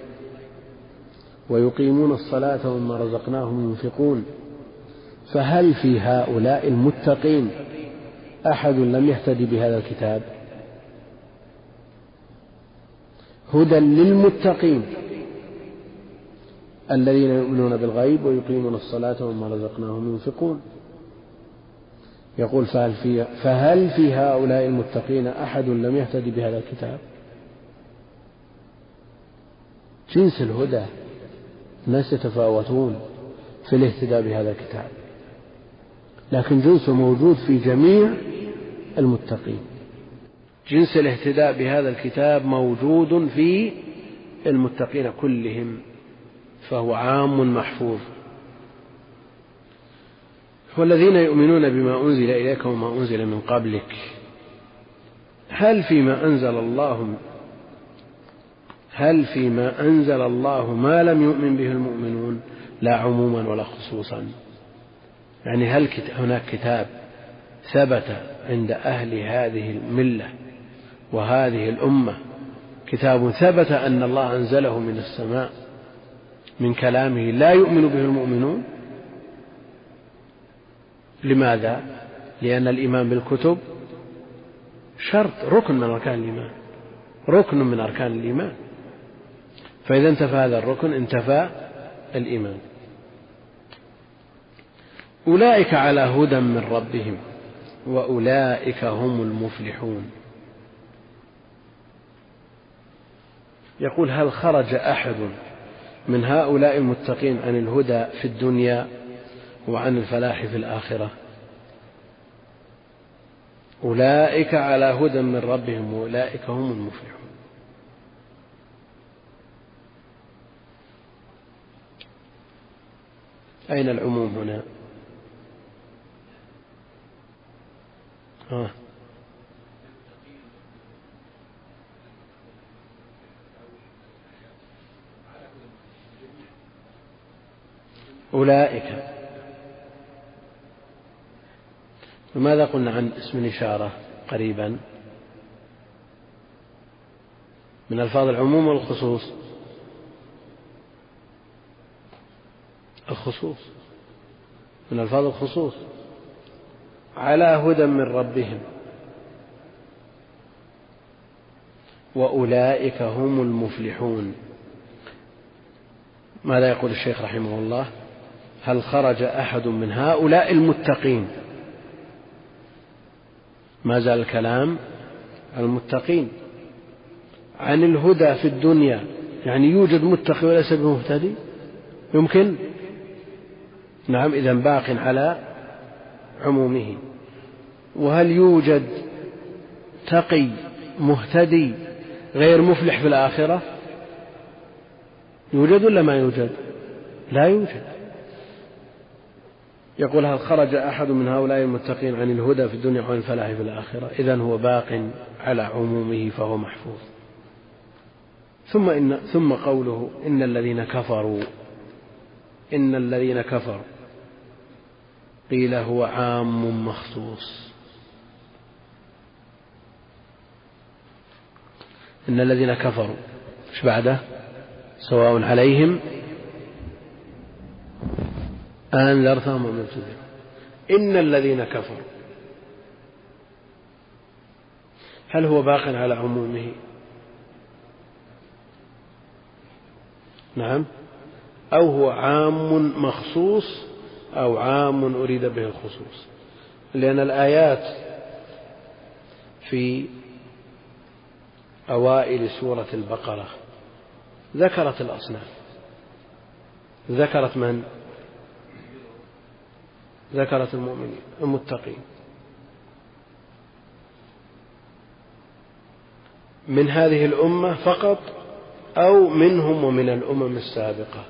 ويقيمون الصلاة ومما رزقناهم ينفقون. فهل في هؤلاء المتقين أحد لم يهتدي بهذا الكتاب؟ هدى للمتقين الذين يؤمنون بالغيب ويقيمون الصلاة ومما رزقناهم ينفقون. يقول فهل في هؤلاء المتقين أحد لم يهتدي بهذا الكتاب؟ جنس الهدى، الناس يتفاوتون في الاهتداء بهذا الكتاب، لكن جنسه موجود في جميع المتقين. جنس الاهتداء بهذا الكتاب موجود في المتقين كلهم، فهو عام محفوظ. والذين يؤمنون بما أنزل إليك وما أنزل من قبلك. هل فيما أنزل الله ما لم يؤمن به المؤمنون؟ لا عموما ولا خصوصا. يعني هل هناك كتاب ثبت عند أهل هذه الملة وهذه الأمة، كتاب ثبت أن الله أنزله من السماء من كلامه لا يؤمن به المؤمنون؟ لماذا؟ لأن الإيمان بالكتب شرط، ركن من أركان الإيمان، ركن من أركان الإيمان، فإذا انتفى هذا الركن انتفى الإيمان. أولئك على هدى من ربهم وأولئك هم المفلحون. يقول هل خرج أحد من هؤلاء المتقين عن الهدى في الدنيا وعن الفلاح في الآخرة؟ أولئك على هدى من ربهم وأولئك هم المفلحون. أين العموم هنا؟ أولئك. وماذا قلنا عن اسم الإشارة قريبا؟ من ألفاظ العموم والخصوص؟ الخصوص، من ألفاظ الخصوص. على هدى من ربهم وأولئك هم المفلحون. ماذا يقول الشيخ رحمه الله؟ هل خرج أحد من هؤلاء المتقين؟ ما زال الكلام عن المتقين. عن الهدى في الدنيا، يعني يوجد متقي وليس بمهتدي؟ يمكن؟ نعم، إذن باق على عمومه. وهل يوجد تقي مهتدي غير مفلح في الآخرة؟ يوجد ولا ما يوجد؟ لا يوجد. يقول هل خرج أحد من هؤلاء المتقين عن الهدى في الدنيا وعن الفلاح في الآخرة؟ إذن هو باق على عمومه فهو محفوظ. ثم قوله إن الذين كفروا قيل هو عام مخصوص. إن الذين كفروا ايش بعده؟ سواء عليهم أنذرتهم أم لم تنذرهم. إن الذين كفروا، هل هو باق على عمومه؟ نعم، أو هو عام مخصوص أو عام أريد به الخصوص. لأن الآيات في أوائل سورة البقرة ذكرت الأصناف، ذكرت من؟ ذكرت المؤمنين المتقين من هذه الأمة فقط أو منهم ومن الأمم السابقة؟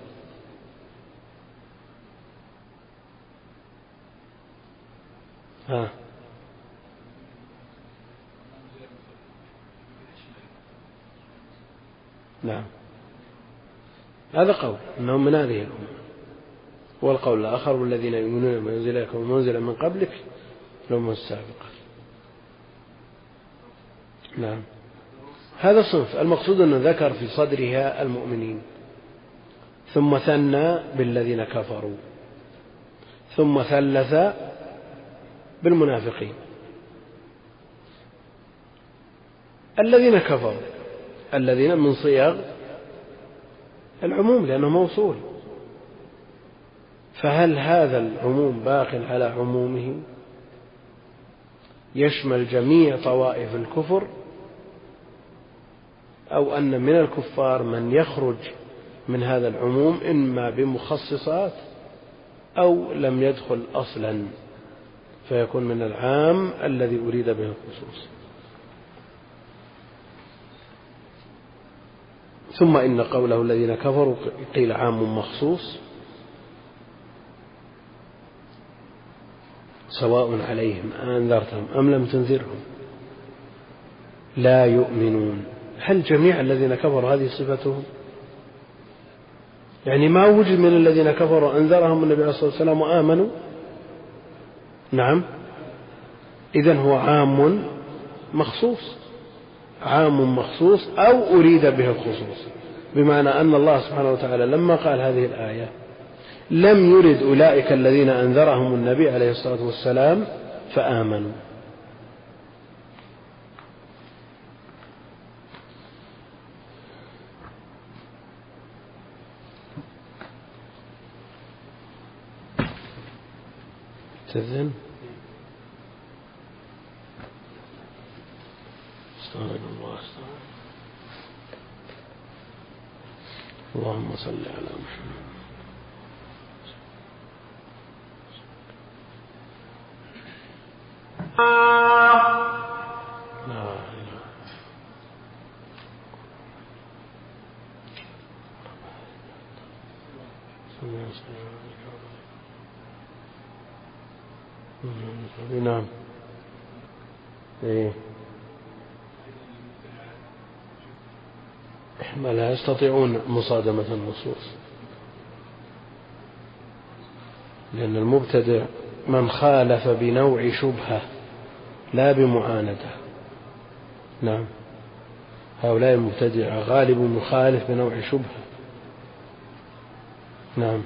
نعم، هذا قول أنهم من هذه الأمة، والقول الآخر والذين يؤمنون بما أنزل إليك وما أنزل من قبلك الأمة السابقة. نعم، هذا الصنف المقصود أنه ذكر في صدرها المؤمنين، ثم ثنى بالذين كفروا، ثم ثلث بالمنافقين. الذين كفروا الذين من صيغ العموم لأنه موصول، فهل هذا العموم باق على عمومه يشمل جميع طوائف الكفر، أو أن من الكفار من يخرج من هذا العموم إما بمخصصات أو لم يدخل أصلا فيكون من العام الذي أريد به الخصوص؟ ثم إن قوله الذين كفروا قيل عام مخصوص، سواء عليهم أنذرتهم أم لم تنذرهم لا يؤمنون. هل جميع الذين كفروا هذه صفتهم؟ يعني ما وجد من الذين كفروا أنذرهم النبي عليه الصلاة والسلام وآمنوا؟ نعم، إذن هو عام مخصوص، عام مخصوص أو أريد به الخصوص، بمعنى أن الله سبحانه وتعالى لما قال هذه الآية لم يرد أولئك الذين أنذرهم النبي عليه الصلاة والسلام فآمنوا. تذن استغفر الله اللهم صل على محمد. نعم، ما لا يستطيعون مصادمة النصوص، لأن المبتدع من خالف بنوع شبهة لا بمعاندة. نعم، هؤلاء المبتدع غالب مخالف بنوع شبهة. نعم،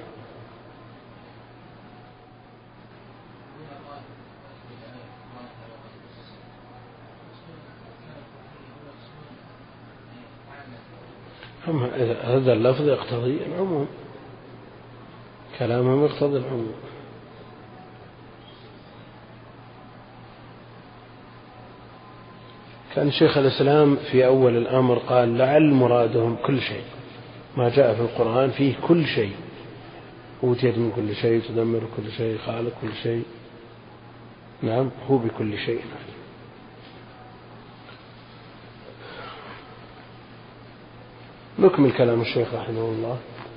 هذا اللفظ يقتضي العموم، كلامهم يقتضي العموم. كان شيخ الإسلام في أول الأمر قال لعل مرادهم كل شيء، ما جاء في القرآن فيه كل شيء، أوتيت من كل شيء، تدمر كل شيء، خالق كل شيء. نعم، هو بكل شيء. نكمل كلام الشيخ رحمه الله.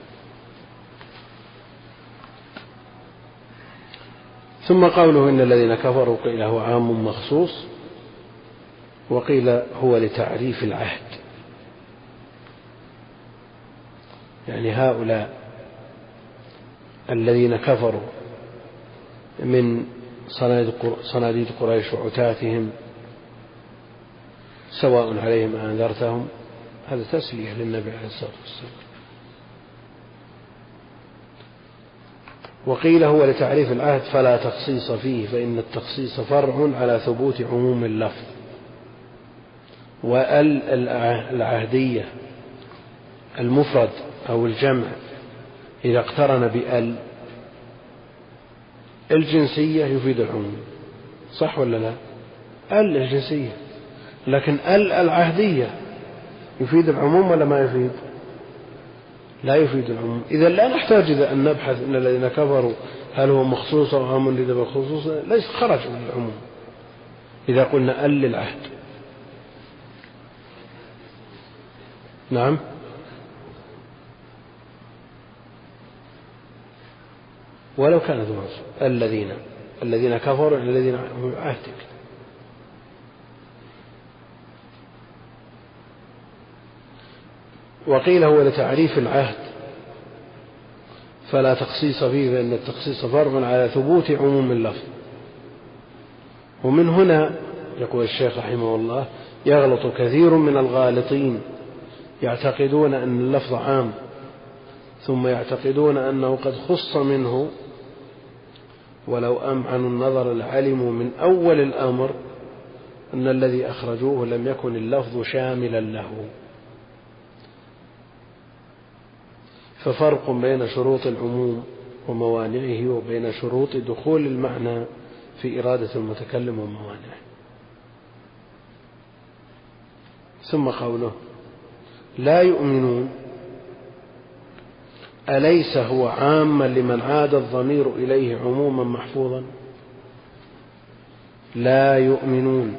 ثم قوله إن الذين كفروا قيل هو عام مخصوص، وقيل هو لتعريف العهد، يعني هؤلاء الذين كفروا من صناديد قريش وعتاتهم سواء عليهم أنذرتهم، هذا تسلية للنبي عليه الصلاة والسلام. وقيل هو لتعريف العهد فلا تخصيص فيه، فإن التخصيص فرع على ثبوت عموم اللفظ. والعهدية المفرد أو الجمع إذا اقترن بأل الجنسية يفيد العموم، صح ولا لا؟ أل الجنسية، لكن أل العهدية يفيد العموم ولا ما يفيد؟ لا يفيد العموم. إذا لا نحتاج أن نبحث إن الذين كفروا هل هو مخصوص أو عام لذا خصوص، ليس خرج من العموم إذا قلنا أل العهد. نعم. ولو كانت منصوب الذين كفروا الذين هم عهدك. وقيل هو لتعريف العهد فلا تخصيص فيه، فإن التخصيص فرع على ثبوت عموم اللفظ. ومن هنا يقول الشيخ رحمه الله يغلط كثير من الغالطين يعتقدون أن اللفظ عام ثم يعتقدون أنه قد خص منه، ولو أمعنوا النظر لعلموا من أول الأمر أن الذي أخرجوه لم يكن اللفظ شاملا له. ففرق بين شروط العموم وموانعه وبين شروط دخول المعنى في إرادة المتكلم وموانعه. ثم قوله لا يؤمنون أليس هو عاما لمن عاد الضمير إليه عموما محفوظا؟ لا يؤمنون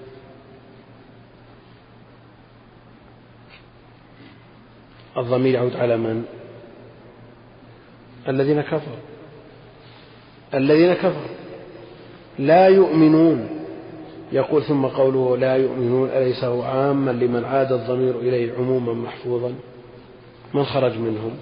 الضمير يعود على من؟ الذين كفروا. لا يؤمنون يقول ثم قوله لا يؤمنون أليس هو عاما لمن عاد الضمير إليه عموما محفوظا؟ من خرج منهم؟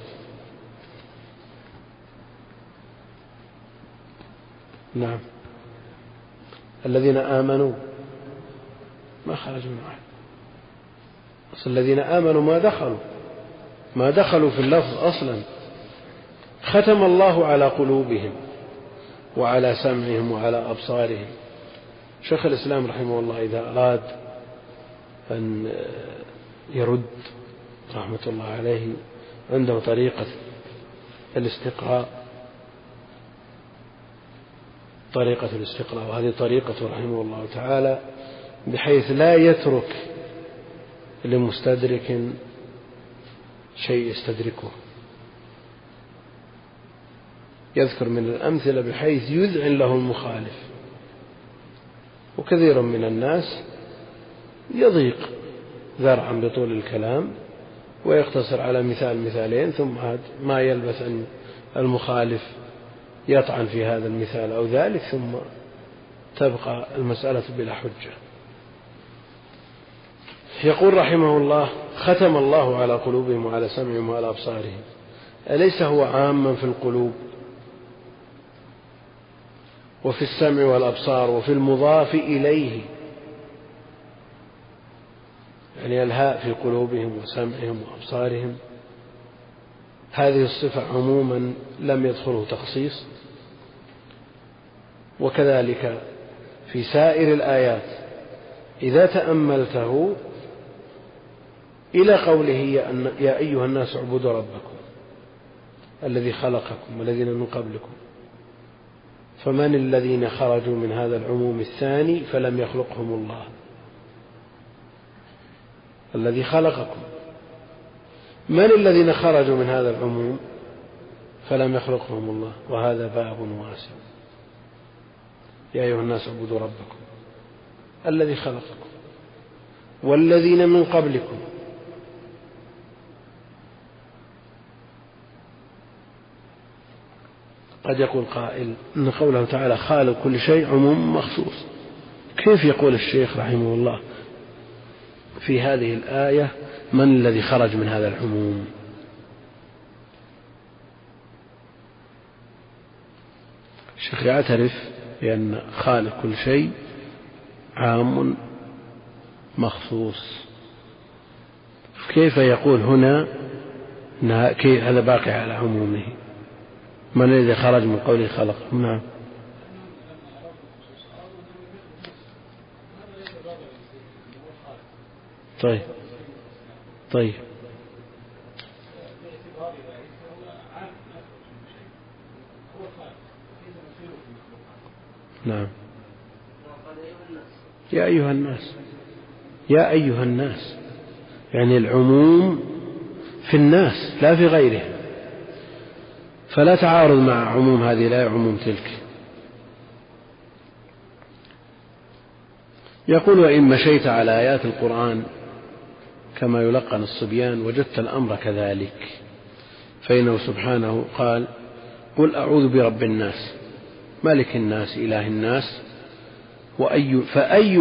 نعم الذين آمنوا ما خرج من واحد. أصل الذين آمنوا ما دخلوا في اللفظ أصلا. ختم الله على قلوبهم وعلى سمعهم وعلى أبصارهم. شيخ الإسلام رحمه الله إذا أراد أن يرد رحمة الله عليه عنده طريقة الاستقراء، وهذه طريقة رحمه الله تعالى بحيث لا يترك لمستدرك شيء يستدركه. يذكر من الأمثلة بحيث يذعن له المخالف. وكثير من الناس يضيق ذرعا بطول الكلام ويقتصر على مثالين ثم ما يلبث أن المخالف يطعن في هذا المثال أو ذلك ثم تبقى المسألة بلا حجة. يقول رحمه الله ختم الله على قلوبهم وعلى سمعهم وعلى أبصارهم. أليس هو عاما في القلوب وفي السمع والأبصار وفي المضاف إليه، يعني الهاء في قلوبهم وسمعهم وأبصارهم، هذه الصفة عموما لم يدخله تخصيص. وكذلك في سائر الآيات إذا تأملته إلى قوله يا أيها الناس اعبدوا ربكم الذي خلقكم والذين من قبلكم، فمن الذين خرجوا من هذا العموم الثاني فلم يخلقهم الله؟ الذي خلقكم. من الذين خرجوا من هذا العموم فلم يخلقهم الله؟ وهذا باب واسع. يا أيها الناس اعبدوا ربكم الذي خلقكم والذين من قبلكم. قد يقول قائل إن قوله تعالى خالق كل شيء عموم مخصوص. كيف يقول الشيخ رحمه الله في هذه الآية من الذي خرج من هذا العموم؟ الشيخ يعترف بأن خالق كل شيء عام مخصوص. كيف يقول هنا هذا باقي على عمومه؟ من الذي خرج من قوله خلق؟ نعم. طيب نعم. يا أيها الناس يعني العموم في الناس لا في غيرهم، فلا تعارض مع عموم هذه لا عموم تلك. يقول: وإن مشيت على آيات القرآن كما يلقن الصبيان وجدت الأمر كذلك، فإنه سبحانه قال: قل أعوذ برب الناس ملك الناس إله الناس فأي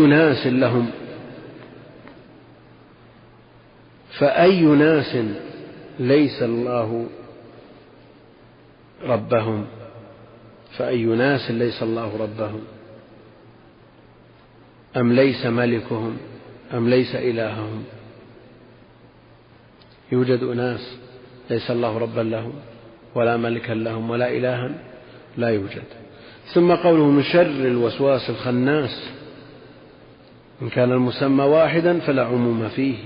ناس ليس الله ربهم، فأي ناس ليس الله ربهم، أم ليس ملكهم، أم ليس إلههم. يوجد أناس ليس الله ربا لهم ولا ملكا لهم ولا إلها، لا يوجد. ثم قوله: من شر الوسواس الخناس، إن كان المسمى واحدا فلا عموم فيه.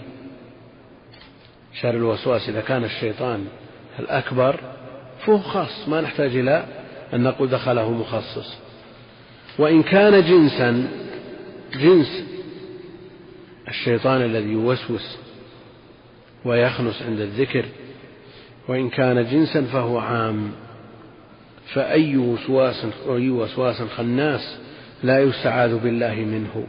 شر الوسواس إذا كان الشيطان الأكبر فهو خاص، ما نحتاج إلى أن نقول دخله مخصص. وإن كان جنس الشيطان الذي يوسوس ويخنس عند الذكر، وإن كان جنسا فهو عام، فأي وسواس خناس لا يستعاذ بالله منه.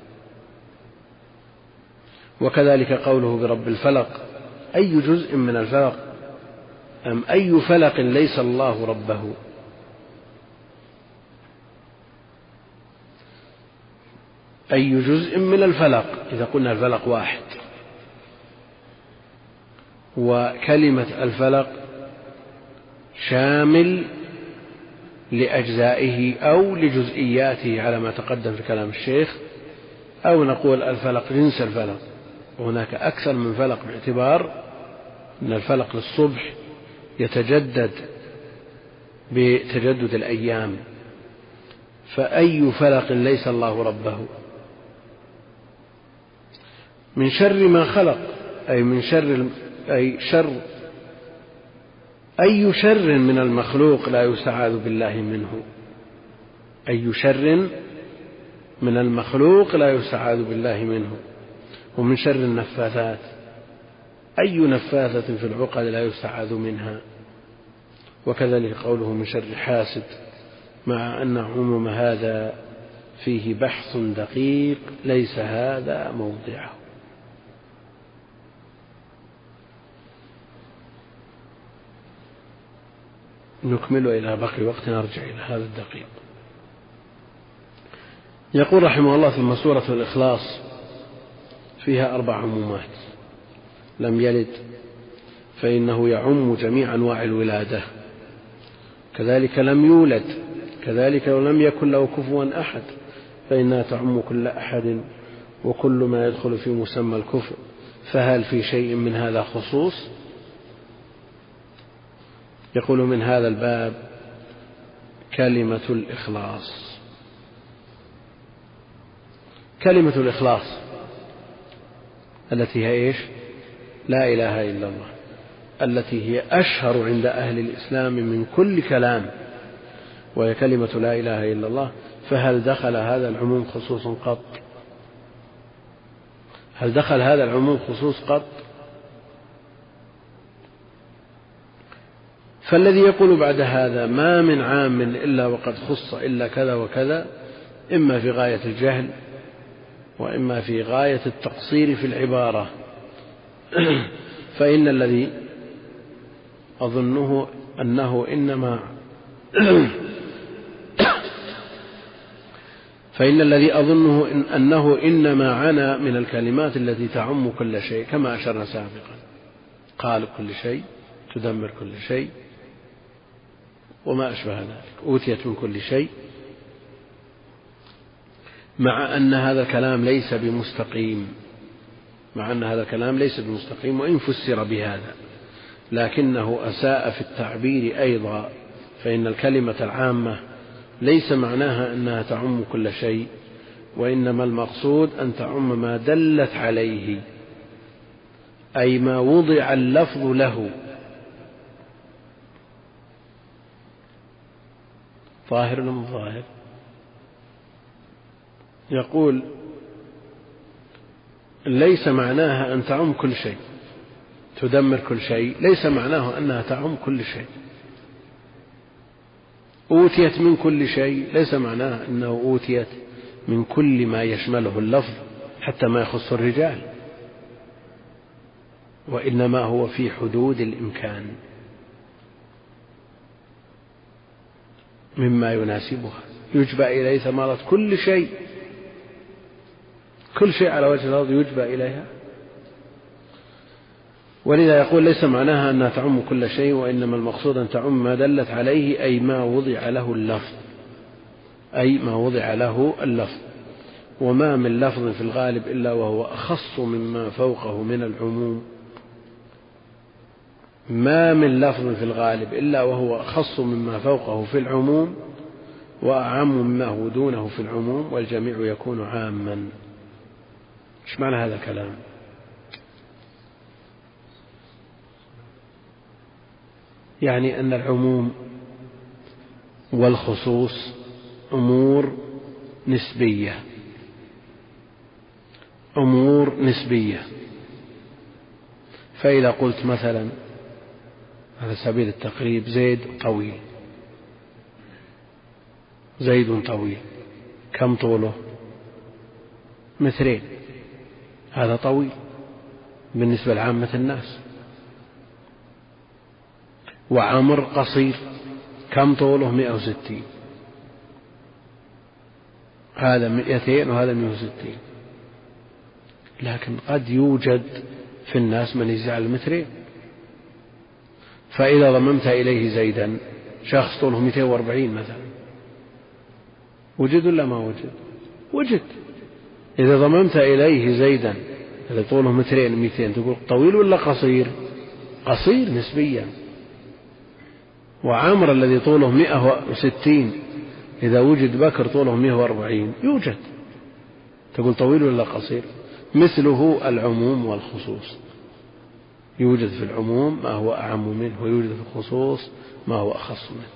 وكذلك قوله برب الفلق، أي جزء من الفلق، أم أي فلق ليس الله ربه. أي جزء من الفلق، إذا قلنا الفلق واحد، وكلمة الفلق شامل لأجزائه أو لجزئياته على ما تقدم في كلام الشيخ، أو نقول الفلق جنس الفلق، وهناك أكثر من فلق باعتبار أن الفلق للصبح يتجدد بتجدد الأيام. فأي فلق ليس الله ربه. من شر ما خلق، أي من شر أي شر من المخلوق لا يستعاذ بالله منه. أي شر من المخلوق لا يستعاذ بالله منه. ومن شر النفاثات، أي نفاثة في العقد لا يستعاذ منها. وكذلك قوله من شر حاسد، مع أن عموم هذا فيه بحث دقيق ليس هذا موضعه. نكمل إلى بقي وقت نرجع إلى هذا الدقيق. يقول رحمه الله: ثم سورة الإخلاص فيها 4 عمومات. لم يلد فإنه يعم جميع أنواع الولادة، كذلك لم يولد، كذلك ولم يكن له كفوا أحد فإنها تعم كل أحد وكل ما يدخل في مسمى الكفر. فهل في شيء من هذا خصوص؟ يقول: من هذا الباب كلمة الإخلاص. كلمة الإخلاص التي هي إيش؟ لا إله إلا الله، التي هي أشهر عند أهل الإسلام من كل كلام، وهي كلمة لا إله إلا الله. فهل دخل هذا العموم خصوص قط؟ هل دخل هذا العموم خصوص قط؟ فالذي يقول بعد هذا ما من عام إلا وقد خص إلا كذا وكذا، إما في غاية الجهل وإما في غاية التقصير في العبارة. فإن الذي أظنه أنه إنما عنا من الكلمات التي تعم كل شيء، كما أشرنا سابقا: قال كل شيء، تدمر كل شيء، وما أشبه ذلك، أوتيت من كل شيء. مع أن هذا الكلام ليس بمستقيم، وإن فسر بهذا، لكنه أساء في التعبير أيضا. فإن الكلمة العامة ليس معناها أنها تعم كل شيء، وإنما المقصود أن تعم ما دلت عليه، أي ما وضع اللفظ له. ظاهر ولا مو ظاهر؟ يقول: ليس معناها أن تعم كل شيء، تدمر كل شيء ليس معناه أنها تعم كل شيء. أوتيت من كل شيء ليس معناه أنه أوتيت من كل ما يشمله اللفظ حتى ما يخص الرجال، وإنما هو في حدود الإمكان مما يناسبها. يجبى إليه ثمرة كل شيء، كل شيء على وجه الأرض يجبى إليها. ولذا يقول ليس معناها أنها تعم كل شيء، وإنما المقصود أن تعم ما دلت عليه، أي ما وضع له اللفظ، أي ما وضع له اللفظ. وما من لفظ في الغالب إلا وهو أخص مما فوقه من العموم، ما من لفظ في الغالب إلا وهو أخص مما فوقه في العموم وأعم مما هو دونه في العموم، والجميع يكون عاما. إيش معنى هذا الكلام؟ يعني أن العموم والخصوص أمور نسبية، أمور نسبية. فإذا قلت مثلا على سبيل التقريب زيد طويل، زيد طويل، كم طوله؟ 2 متر، هذا طويل بالنسبة لعامة الناس. وعمر قصير، كم طوله؟ 160، هذا 200 وهذا 160. لكن قد يوجد في الناس من يزعل 2 متر. فإذا ضممت إليه زيدا، شخص طوله 240 مثلا، وجد ولا ما وجد؟ وجد. إذا ضممت إليه زيدا الذي طوله 2 متر 200، تقول طويل ولا قصير؟ قصير نسبيا. وعمر الذي طوله 160 إذا وجد بكر طوله 140 يوجد، تقول طويل ولا قصير؟ مثله العموم والخصوص، يوجد في العموم ما هو أعم منه، ويوجد في الخصوص ما هو أخص منه.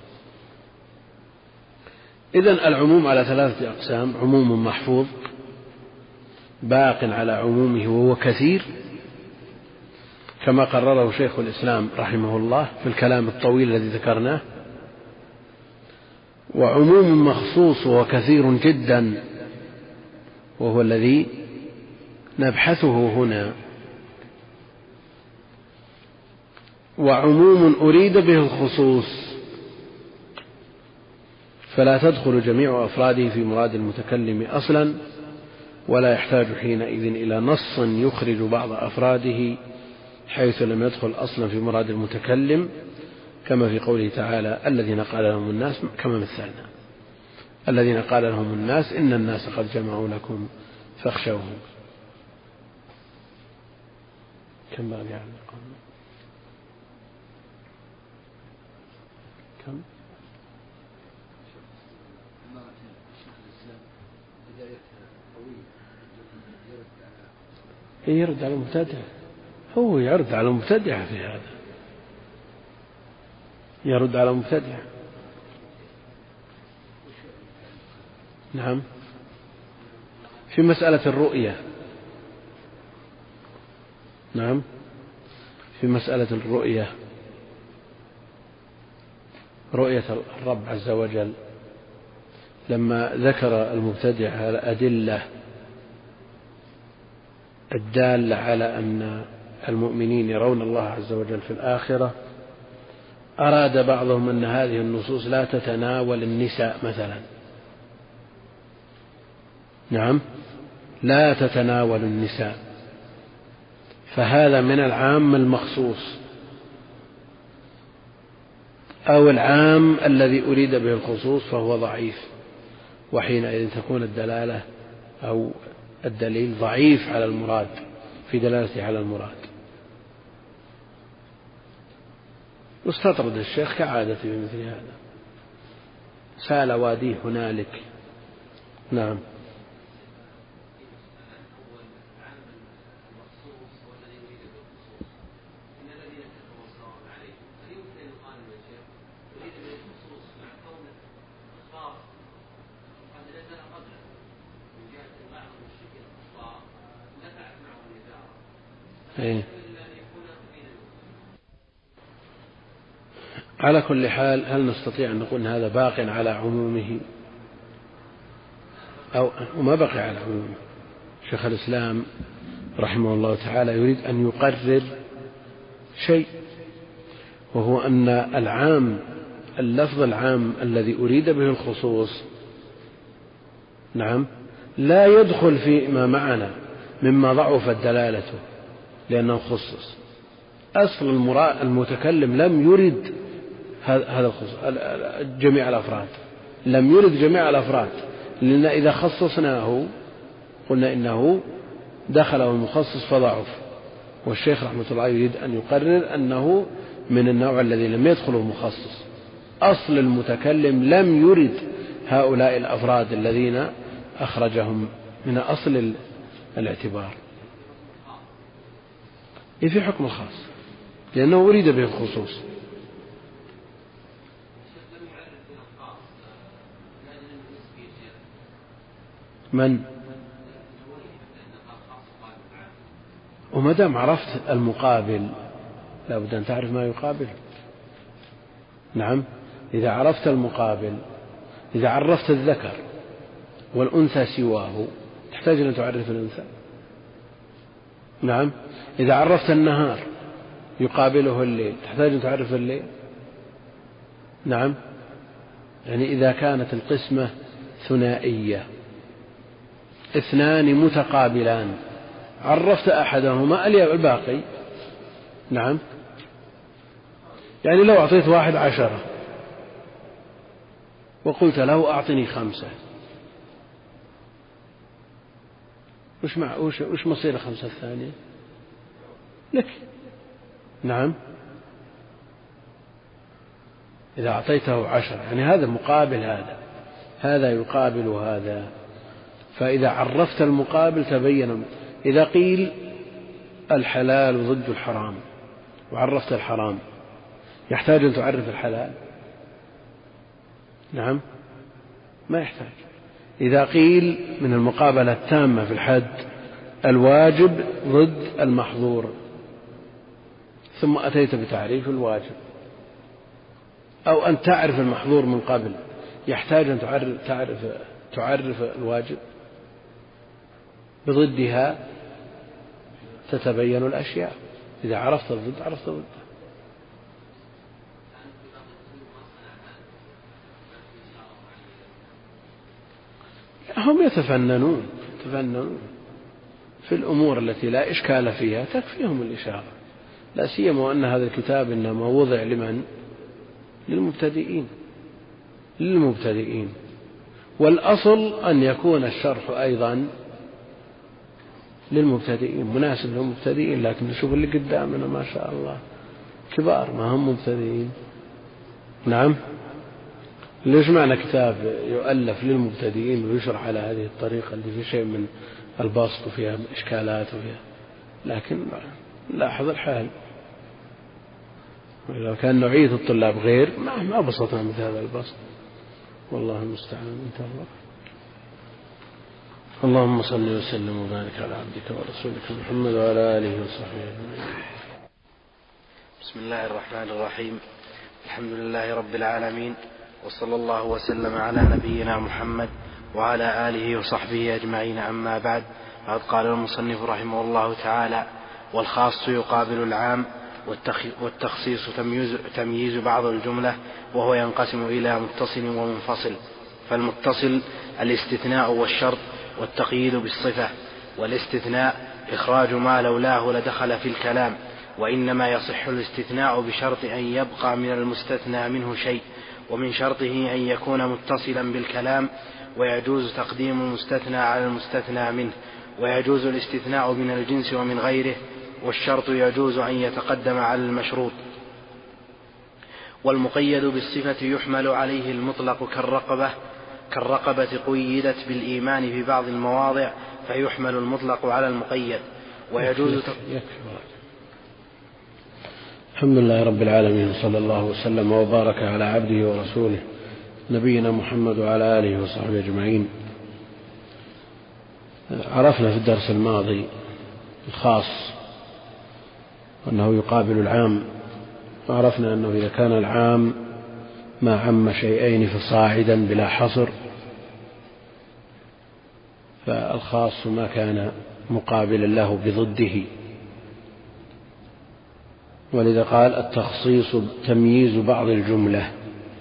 إذن العموم على 3 أقسام: عموم محفوظ باق على عمومه وهو كثير كما قرره شيخ الإسلام رحمه الله في الكلام الطويل الذي ذكرناه، وعموم مخصوص وهو كثير جدا وهو الذي نبحثه هنا، وعموم أريد به الخصوص فلا تدخل جميع أفراده في مراد المتكلم أصلا، ولا يحتاج حينئذ إلى نص يخرج بعض أفراده حيث لم يدخل أصلا في مراد المتكلم، كما في قوله تعالى: الذين قال لهم الناس، كما مثلنا، الذين قال لهم الناس إن الناس قد جمعوا لكم فاخشوهم. كم بقى يعني؟ كم؟ يرد على المبتدع، هو يرد على المبتدع في هذا، يرد على المبتدع. نعم، في مسألة الرؤية. نعم، في مسألة الرؤية، رؤية الرب عز وجل، لما ذكر المبتدع الأدلة الدالة على أن المؤمنين يرون الله عز وجل في الآخرة، أراد بعضهم أن هذه النصوص لا تتناول النساء مثلا. نعم، لا تتناول النساء، فهذا من العام المخصوص، أو العام الذي أريد به الخصوص فهو ضعيف، وحينئذ تكون الدلالة أو الدليل ضعيف على المراد في دلالته على المراد. واستطرد الشيخ كعادته بمثل هذا، سال واديه هنالك. نعم، على كل حال، هل نستطيع أن نقول أن هذا باق على عمومه أو ما بقي على عمومه؟ شيخ الإسلام رحمه الله تعالى يريد أن يقرر شيء، وهو أن العام، اللفظ العام الذي أريد به الخصوص، نعم، لا يدخل فيما معنا مما ضعفت دلالته لأنه خصص. أصل المتكلم لم يرد هذا الخصوص جميع الأفراد، لم يرد جميع الأفراد، لأن إذا خصصناه قلنا إنه دخله المخصص فضعف. والشيخ رحمة الله يريد أن يقرر أنه من النوع الذي لم يدخله المخصص. أصل المتكلم لم يرد هؤلاء الأفراد الذين أخرجهم من أصل الاعتبار في حكم الخاص، لأنه أريد به الخصوص. من؟ وما دام عرفت المقابل لا بد أن تعرف ما يقابل. نعم، إذا عرفت المقابل، إذا عرفت الذكر والأنثى سواه تحتاج أن تعرف الأنثى. نعم، إذا عرفت النهار يقابله الليل تحتاج أن تعرف الليل. نعم، يعني إذا كانت القسمة ثنائية، اثنان متقابلان، عرفت أحدهما الباقي. نعم، يعني لو أعطيت واحد 10 وقلت له أعطني 5، وش مصير 5 الثانية لك؟ نعم، إذا أعطيته 10 يعني هذا مقابل هذا يقابل هذا. فإذا عرفت المقابل تبين. إذا قيل الحلال ضد الحرام وعرفت الحرام يحتاج أن تعرف الحلال؟ نعم، ما يحتاج. إذا قيل من المقابلة التامة في الحد الواجب ضد المحظور ثم أتيت بتعريف الواجب، أو أن تعرف المحظور من قبل، يحتاج أن تعرف الواجب. بضدها تتبين الأشياء. إذا عرفت الضد عرفت الضد. هم يتفننون في الأمور التي لا إشكال فيها، تكفيهم الإشارة، لا سيما وأن هذا الكتاب إنما وضع لمن؟ للمبتدئين. والأصل أن يكون الشرح أيضا للمبتدئين، مناسب للمبتدئين. لكن نشوف اللي قدامنا ما شاء الله كبار ما هم مبتدئين. نعم، ليش معنى كتاب يؤلف للمبتدئين ويشرح على هذه الطريقة اللي في شيء من البسط وفيها إشكالات وفيها، لكن لاحظ الحال. لو كان نوعية الطلاب غير ما بسطنا مثل هذا البسط. والله المستعان. انتهى الله. اللهم صل وسلم وبارك على عبدك ورسولك محمد وعلى آله وصحبه أجمعين. بسم الله الرحمن الرحيم. الحمد لله رب العالمين، وصلى الله وسلم على نبينا محمد وعلى آله وصحبه أجمعين. أما بعد، فقد قال المصنف رحمه الله تعالى: والخاص يقابل العام، والتخصيص تمييز بعض الجملة، وهو ينقسم إلى متصل ومنفصل. فالمتصل الاستثناء والشرط والتقييد بالصفة، والاستثناء إخراج ما لولاه لدخل في الكلام، وإنما يصح الاستثناء بشرط أن يبقى من المستثنى منه شيء، ومن شرطه أن يكون متصلا بالكلام، ويجوز تقديم المستثنى على المستثنى منه، ويجوز الاستثناء من الجنس ومن غيره، والشرط يجوز أن يتقدم على المشروط. والمقيد بالصفة يحمل عليه المطلق كالرقبة قيدت بالإيمان في بعض المواضع، فيحمل المطلق على المقيد. ويجوز الحمد لله رب العالمين، صلى الله وسلم وبارك على عبده ورسوله نبينا محمد وعلى آله وصحبه أجمعين. عرفنا في الدرس الماضي الخاص أنه يقابل العام، وعرفنا أنه إذا كان العام ما عم شيئين فصاعدا بلا حصر، فالخاص ما كان مقابلا له بضده. ولذا قال التخصيص تمييز بعض الجملة،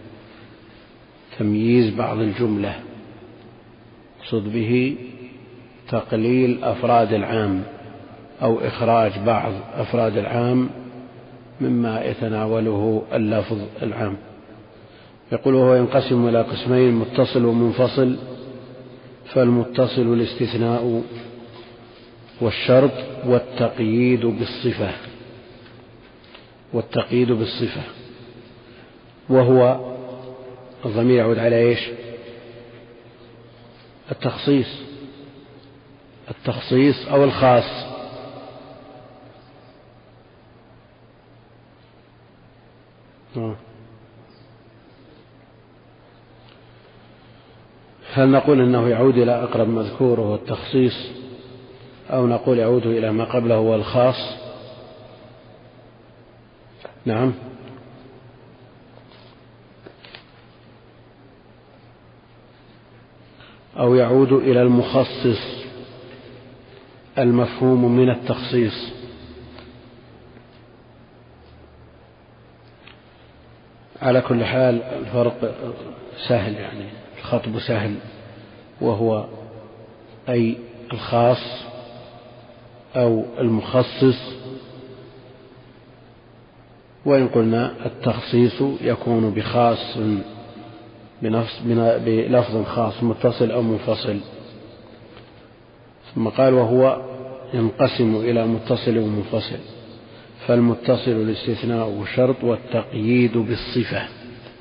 تمييز بعض الجملة يقصد به تقليل أفراد العام أو إخراج بعض أفراد العام مما يتناوله اللفظ العام. يقول وهو ينقسم إلى قسمين: متصل ومنفصل. فالمتصل الاستثناء والشرط والتقييد بالصفة، والتقييد بالصفة، وهو الضمير يعود على إيش؟ التخصيص، التخصيص أو الخاص. هل نقول إنه يعود إلى أقرب مذكور وهو التخصيص، أو نقول يعود إلى ما قبله هو الخاص؟ نعم، أو يعود إلى المخصص المفهوم من التخصيص. على كل حال الفرق سهل، يعني الخطب سهل، وهو أي الخاص أو المخصص. وإن قلنا التخصيص يكون بخاص بلفظ خاص متصل أو منفصل. ثم قال وهو ينقسم إلى متصل ومنفصل. فالمتصل الاستثناء والشرط والتقييد بالصفة،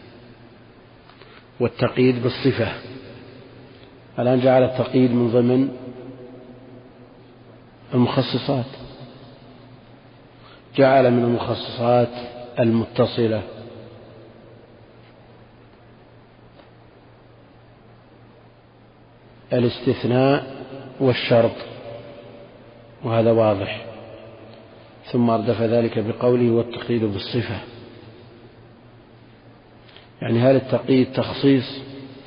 والتقييد بالصفة. الآن جعل التقييد من ضمن المخصصات، جعل من المخصصات المتصلة الاستثناء والشرط، وهذا واضح. ثم أردف ذلك بقوله والتقييد بالصفة. يعني هل التقييد تخصيص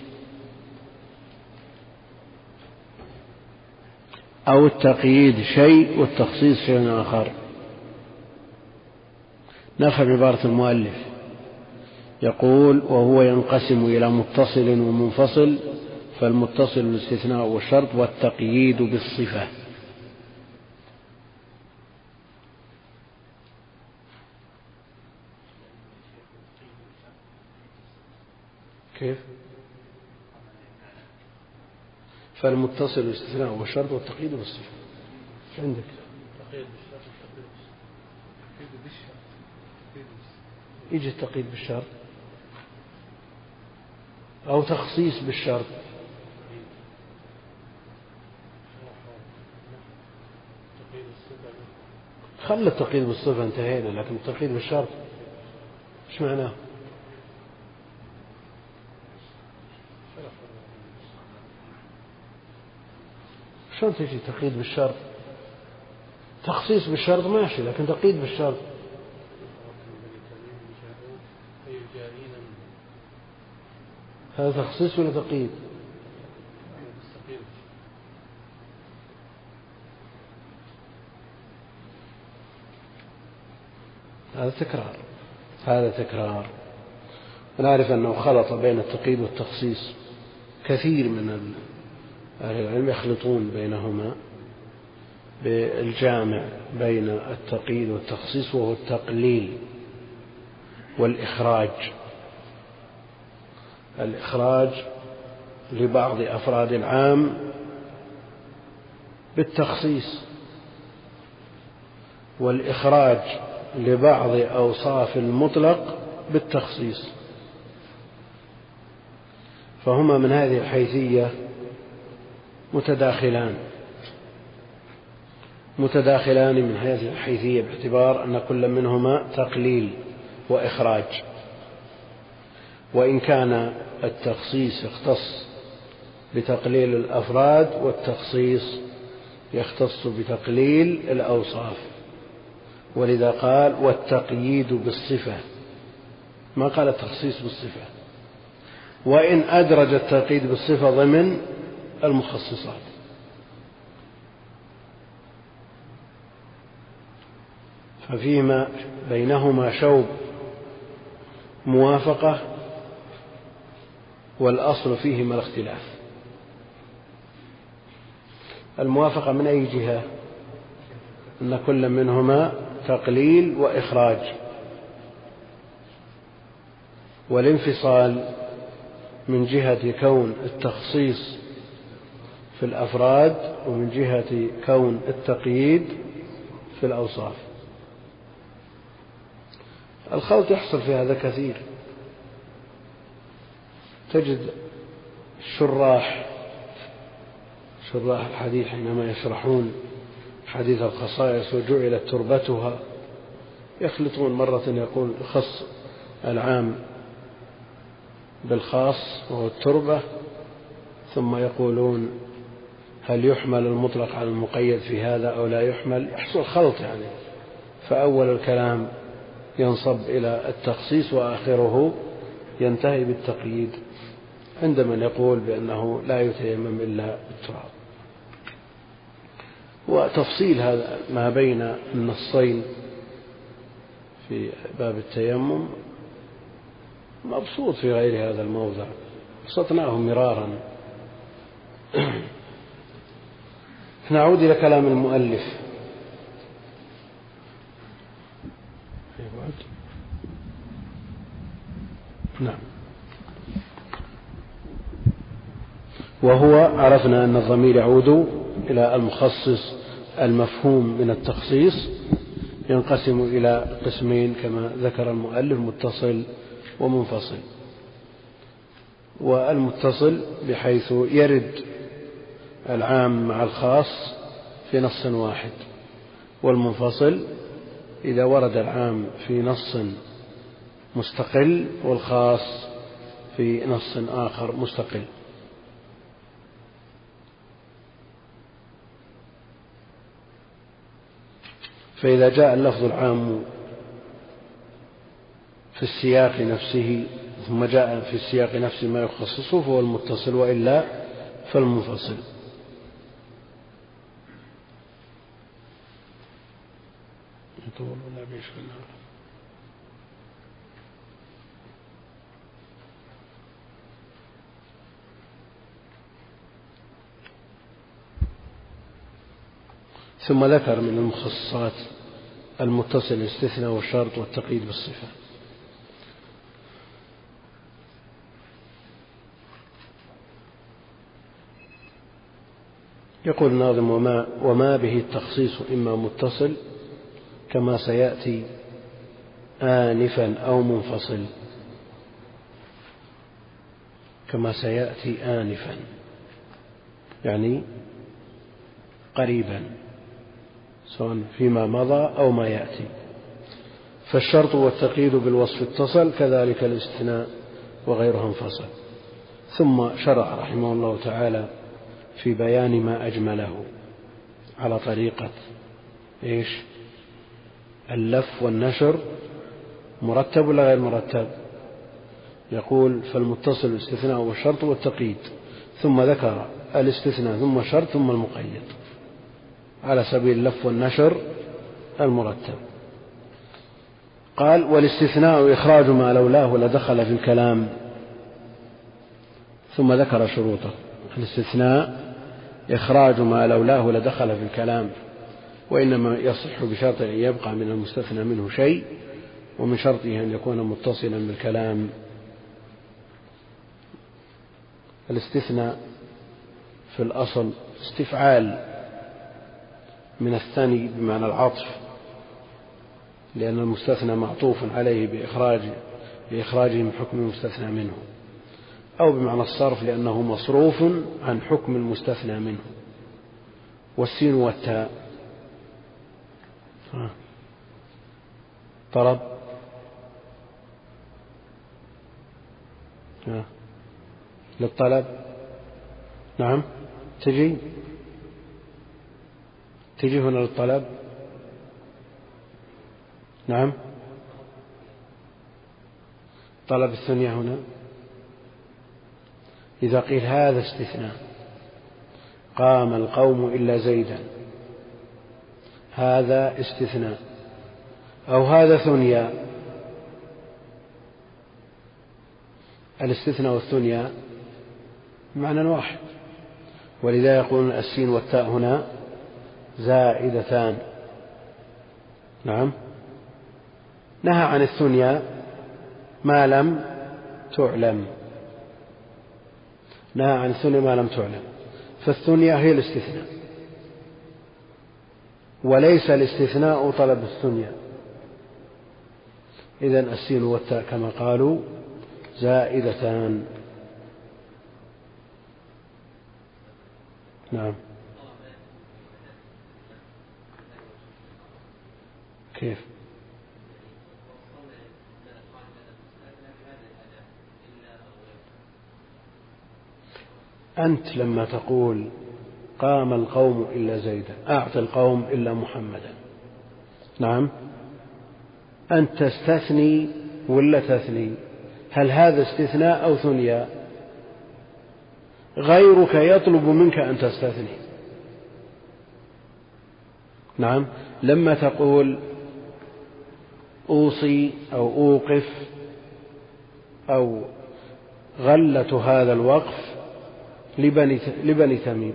أو التقييد شيء والتخصيص شيء آخر؟ نفهم عبارة المؤلف، يقول وهو ينقسم إلى متصل ومنفصل. فالمتصل الاستثناء والشرط والتقييد بالصفة. كيف؟ فالمتصل الاستثناء والشرط والتقييد بالصفة. ايش عندك؟ يجي التقييد بالشرط أو تخصيص بالشرط. خلى التقييد بالصفة انتهينا، لكن التقييد بالشرط ايش معناه؟ شلون تجي تقييد بالشرط؟ تخصيص بالشرط ماشي، لكن تقييد بالشرط هذا تخصيص ولا تقييد؟ هذا تكرار، هذا تكرار. ونعرف أنه خلط بين التقييد والتخصيص. كثير من أهل العلم يخلطون بينهما بالجامع بين التقييد والتخصيص، وهو التقليل والإخراج. الإخراج لبعض أفراد العام بالتخصيص، والإخراج لبعض أوصاف المطلق بالتخصيص. فهما من هذه الحيثية متداخلان من هذه الحيثية، باعتبار أن كل منهما تقليل وإخراج. وإن كان التخصيص يختص بتقليل الأفراد، والتخصيص يختص بتقليل الأوصاف. ولذا قال والتقييد بالصفة. ما قال التخصيص بالصفة، وإن أدرج التقييد بالصفة ضمن المخصصات. ففيما بينهما شوب موافقة، والأصل فيهما الاختلاف. الموافقة من أي جهة؟ أن كل منهما تقليل وإخراج، والانفصال من جهة كون التخصيص في الأفراد، ومن جهة كون التقييد في الأوصاف. الخلط يحصل في هذا كثير. تجد شراح الحديث حينما يشرحون حديث الخصائص وجعلت تربتها يخلطون، مرة يقول خص العام بالخاص وهو التربة، ثم يقولون هل يحمل المطلق على المقيد في هذا أو لا يحمل. يحصل خلط يعني، فأول الكلام ينصب إلى التخصيص وآخره ينتهي بالتقييد، عند من يقول بأنه لا يتيمم إلا بالتراب. وتفصيل هذا ما بين النصين في باب التيمم مبسوط في غير هذا الموضع، بسطناه مرارا. نعود إلى كلام المؤلف. نعم. وهو عرفنا أن الضمير يعود إلى المخصص المفهوم من التخصيص، ينقسم إلى قسمين كما ذكر المؤلف: متصل ومنفصل. والمتصل بحيث يرد العام مع الخاص في نص واحد، والمنفصل إذا ورد العام في نص مستقل والخاص في نص آخر مستقل. فإذا جاء اللفظ العام في السياق نفسه ثم جاء في السياق نفسه ما يخصصه فهو المتصل، وإلا فالمنفصل. ثم ذكر من المخصصات المتصل الاستثناء والشرط والتقييد بالصفة. يقول الناظم: وما به التخصيص إما متصل كما سيأتي آنفا أو منفصل. كما سيأتي آنفا يعني قريبا، سواء فيما مضى أو ما يأتي. فالشرط والتقييد بالوصف اتصل، كذلك الاستثناء وغيرها انفصل. ثم شرع رحمه الله تعالى في بيان ما أجمله على طريقة اللف والنشر. مرتب ولا غير مرتب؟ يقول: فالمتصل الاستثناء والشرط والتقييد، ثم ذكر الاستثناء ثم الشرط ثم المقيد على سبيل اللف والنشر المرتب. قال: والاستثناء إخراج ما لولاه لدخل في الكلام. ثم ذكر شروطه. الاستثناء إخراج ما لولاه لدخل في الكلام، وإنما يصح بشرط أن يبقى من المستثنى منه شيء، ومن شرطه أن يكون متصلا بالكلام. الاستثناء في الأصل استفعال من الثاني بمعنى العطف، لأن المستثنى معطوف عليه بإخراجه من حكم المستثنى منه، أو بمعنى الصرف لأنه مصروف عن حكم المستثنى منه. والسين والتاء طلب للطلب. نعم، تجي هنا للطلب. نعم، طلب الثنية هنا إذا قيل هذا استثناء، قام القوم إلا زيدا، هذا استثناء، أو هذا ثنيا. الاستثناء والثنيا معنى واحد، ولذا يقولون السين والتاء هنا زائدتان. نعم. نهى عن الثنيا ما لم تعلم، نهى عن الثنيا ما لم تعلم، فالثنيا هي الاستثناء، وليس الاستثناء طلب الثنيا. إذن السين والتاء كما قالوا زائدتان. نعم. كيف؟ أنت لما تقول قام القوم إلا زيدا، أعطي القوم إلا محمدا، نعم، أنت تستثني ولا تثني؟ هل هذا استثناء أو ثنيا؟ غيرك يطلب منك أن تستثني. نعم. لما تقول أوصي أو أوقف أو غلة هذا الوقف لبني تميم،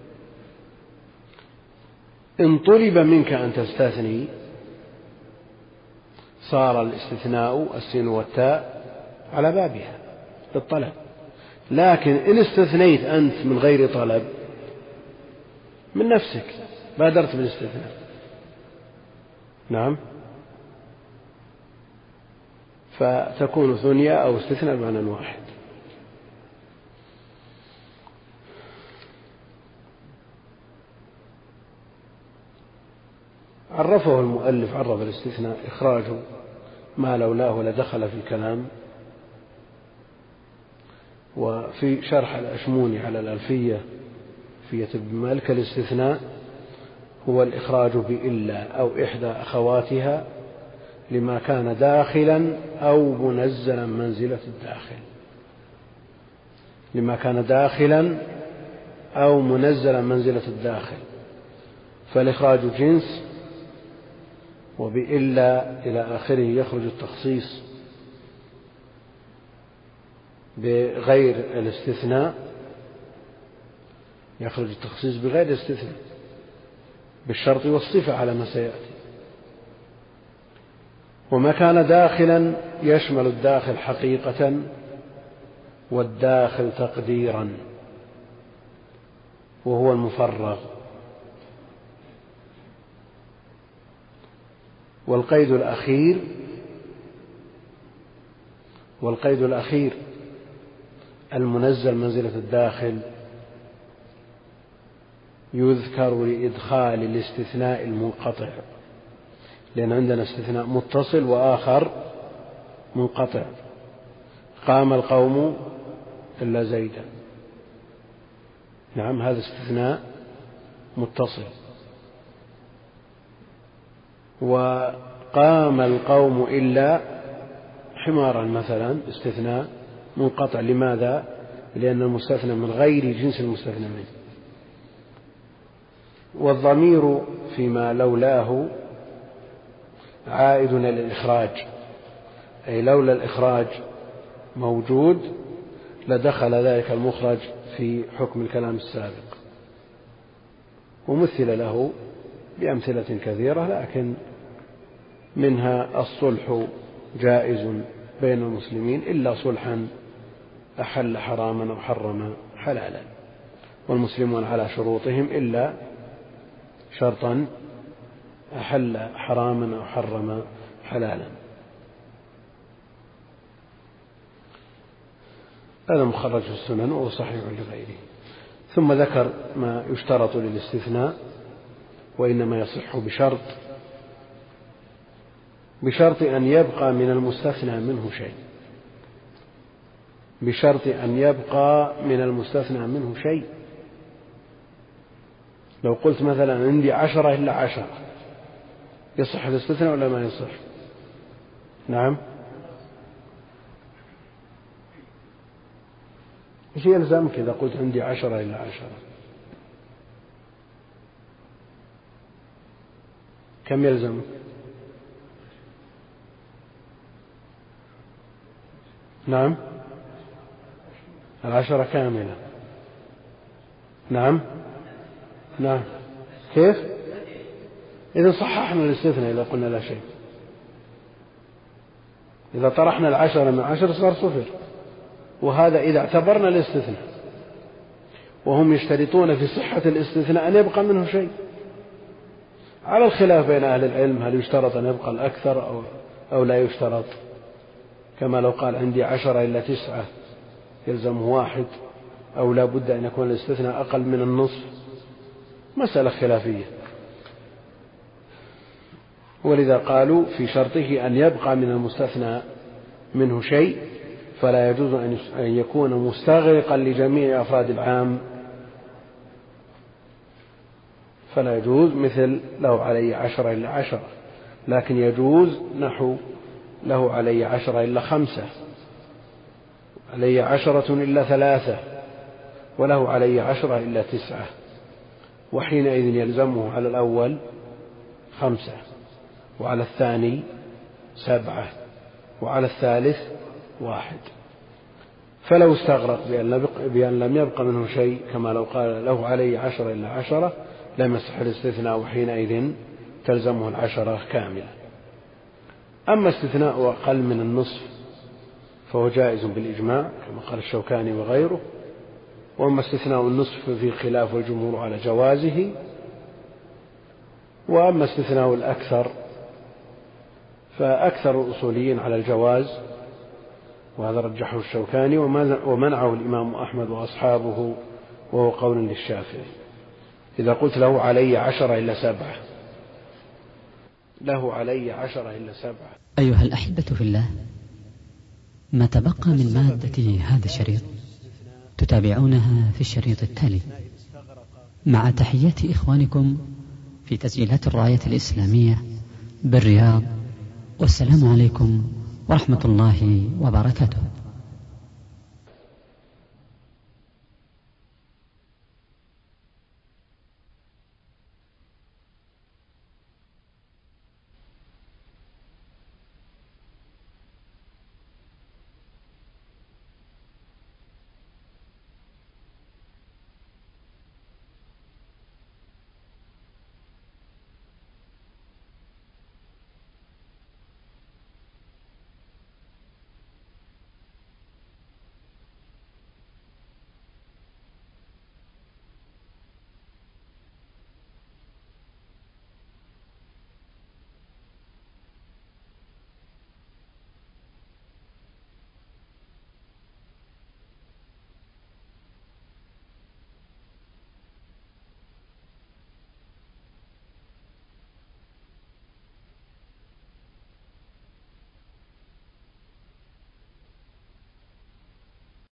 إن طلب منك أن تستثني صار الاستثناء السين والتاء على بابها بالطلب، لكن إن استثنيت أنت من غير طلب من نفسك بادرت بالاستثناء، نعم، فتكون ثنيا أو استثناء بمعنى واحد. عرفه المؤلف، عرف الاستثناء إخراج ما لولاه لدخل في الكلام. وفي شرح الأشموني على الألفية فية ابن مالك الاستثناء هو الإخراج بإلا أو إحدى أخواتها لما كان داخلا أو منزلا منزلة الداخل، لما كان داخلا أو منزلا منزلة الداخل، فالإخراج جنس، وبإلا إلى آخره يخرج التخصيص بغير الاستثناء، يخرج التخصيص بغير الاستثناء بالشرط والصفة على ما سيأتي. وما كان داخلا يشمل الداخل حقيقة والداخل تقديرا، وهو المفرغ. والقيد الأخير المنزل منزلة الداخل يذكر لإدخال الاستثناء المنقطع، لأن عندنا استثناء متصل وآخر منقطع. قام القوم إلا زيدا، نعم، هذا استثناء متصل. وقام القوم إلا حمارا مثلا استثناء منقطع. لماذا؟ لأن المستثنى من غير جنس المستثنى منه. والضمير فيما لولاه عائد إلى الإخراج، أي لولا الإخراج موجود لدخل ذلك المخرج في حكم الكلام السابق. ومثل له بأمثلة كثيرة، لكن منها الصلح جائز بين المسلمين إلا صلحا أحل حراما أو حرم حلالا، والمسلمون على شروطهم إلا شرطا أحل حراما أو حرم حلالا. هذا مخرج في السنن وهو صحيح لغيره. ثم ذكر ما يشترط للاستثناء، وإنما يصح بشرط أن يبقى من المستثنى منه شيء، بشرط أن يبقى من المستثنى منه شيء. لو قلت مثلا عندي 10 إلا 10 يصح الاستثناء ولا ما يصح؟ نعم، إيش يلزمك إذا قلت عندي 10 إلا 10؟ كم يلزمك؟ نعم 10 كاملة. نعم كيف؟ إذا صححنا الاستثناء إذا قلنا لا شيء، إذا طرحنا 10 من 10 صار 0. وهذا إذا اعتبرنا الاستثناء، وهم يشترطون في صحة الاستثناء أن يبقى منه شيء، على الخلاف بين أهل العلم هل يشترط أن يبقى الأكثر أو لا يشترط، كما لو قال عندي 10 إلا 9 يلزمه 1، أو لا بد أن يكون الاستثناء أقل من النصف، مسألة خلافية. ولذا قالوا في شرطه أن يبقى من المستثنى منه شيء، فلا يجوز أن يكون مستغرقا لجميع أفراد العام، فلا يجوز مثل له علي 10 إلا 10، لكن يجوز نحو له علي 10 إلا 5، علي 10 إلا 3، وله علي 10 إلا 9، وحينئذ يلزمه على الأول 5، وعلى الثاني 7، وعلى الثالث 1. فلو استغرق بأن لم يبق منه شيء، كما لو قال له علي 10 إلا 10، لم يصح الاستثناء، وحينئذ تلزمه 10 كاملة. أما استثناء أقل من النصف فهو جائز بالإجماع كما قال الشوكاني وغيره، وأما استثناء النصف في خلاف الجمهور على جوازه، وأما استثناء الأكثر فأكثر الأصوليين على الجواز، وهذا رجحه الشوكاني ومنعه الإمام أحمد وأصحابه، وهو قول للشافعي. إذا قلت له علي 10 إلا 7، له علي 10 إلا 7. أيها الأحبة في الله، ما تبقى من مادة هذا الشريط تتابعونها في الشريط التالي، مع تحيات إخوانكم في تسجيلات الراية الإسلامية بالرياض، والسلام عليكم ورحمة الله وبركاته.